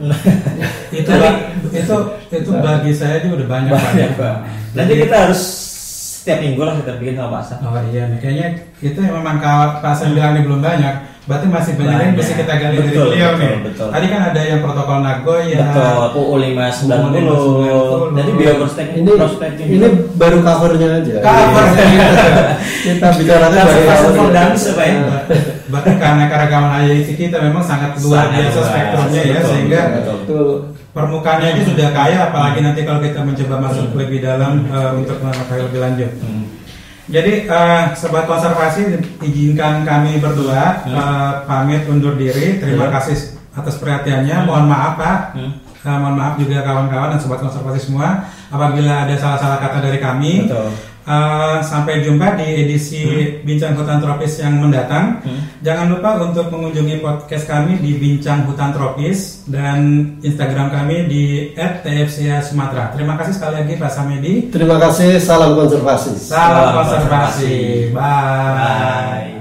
itu bagi saya juga udah banyak Pak. Nanti kita harus setiap minggu lah kita bikin sama Pak Sam. Oh iya, kayaknya itu yang memang kalau Pak Sam bilang ini belum banyak. Berarti masih banyak yang bisa kita gali dari beliau nih. Betul. Tadi kan ada yang protokol Nagoya. Betul, PUU 590. Jadi bioprospecting ini baru covernya aja. Covernya. Kita bicarakan bahkan keanekaragaman hayati kita memang sangat luar biasa spektrumnya ya, sehingga permukaannya itu sudah kaya, apalagi nanti kalau kita mencoba masuk lebih dalam untuk mengetahui lebih lanjut. Jadi sobat konservasi, izinkan kami berdua pamit undur diri. Terima kasih atas perhatiannya. Mohon maaf Pak, mohon maaf juga kawan-kawan dan sobat konservasi semua apabila ada salah-salah kata dari kami. Betul. Sampai jumpa di edisi Bincang Hutan Tropis yang mendatang. Jangan lupa untuk mengunjungi podcast kami di Bincang Hutan Tropis dan Instagram kami di @tfca Sumatera. Terima kasih sekali lagi Pak Samedi. Terima kasih, salam konservasi. Salam konservasi. Bye.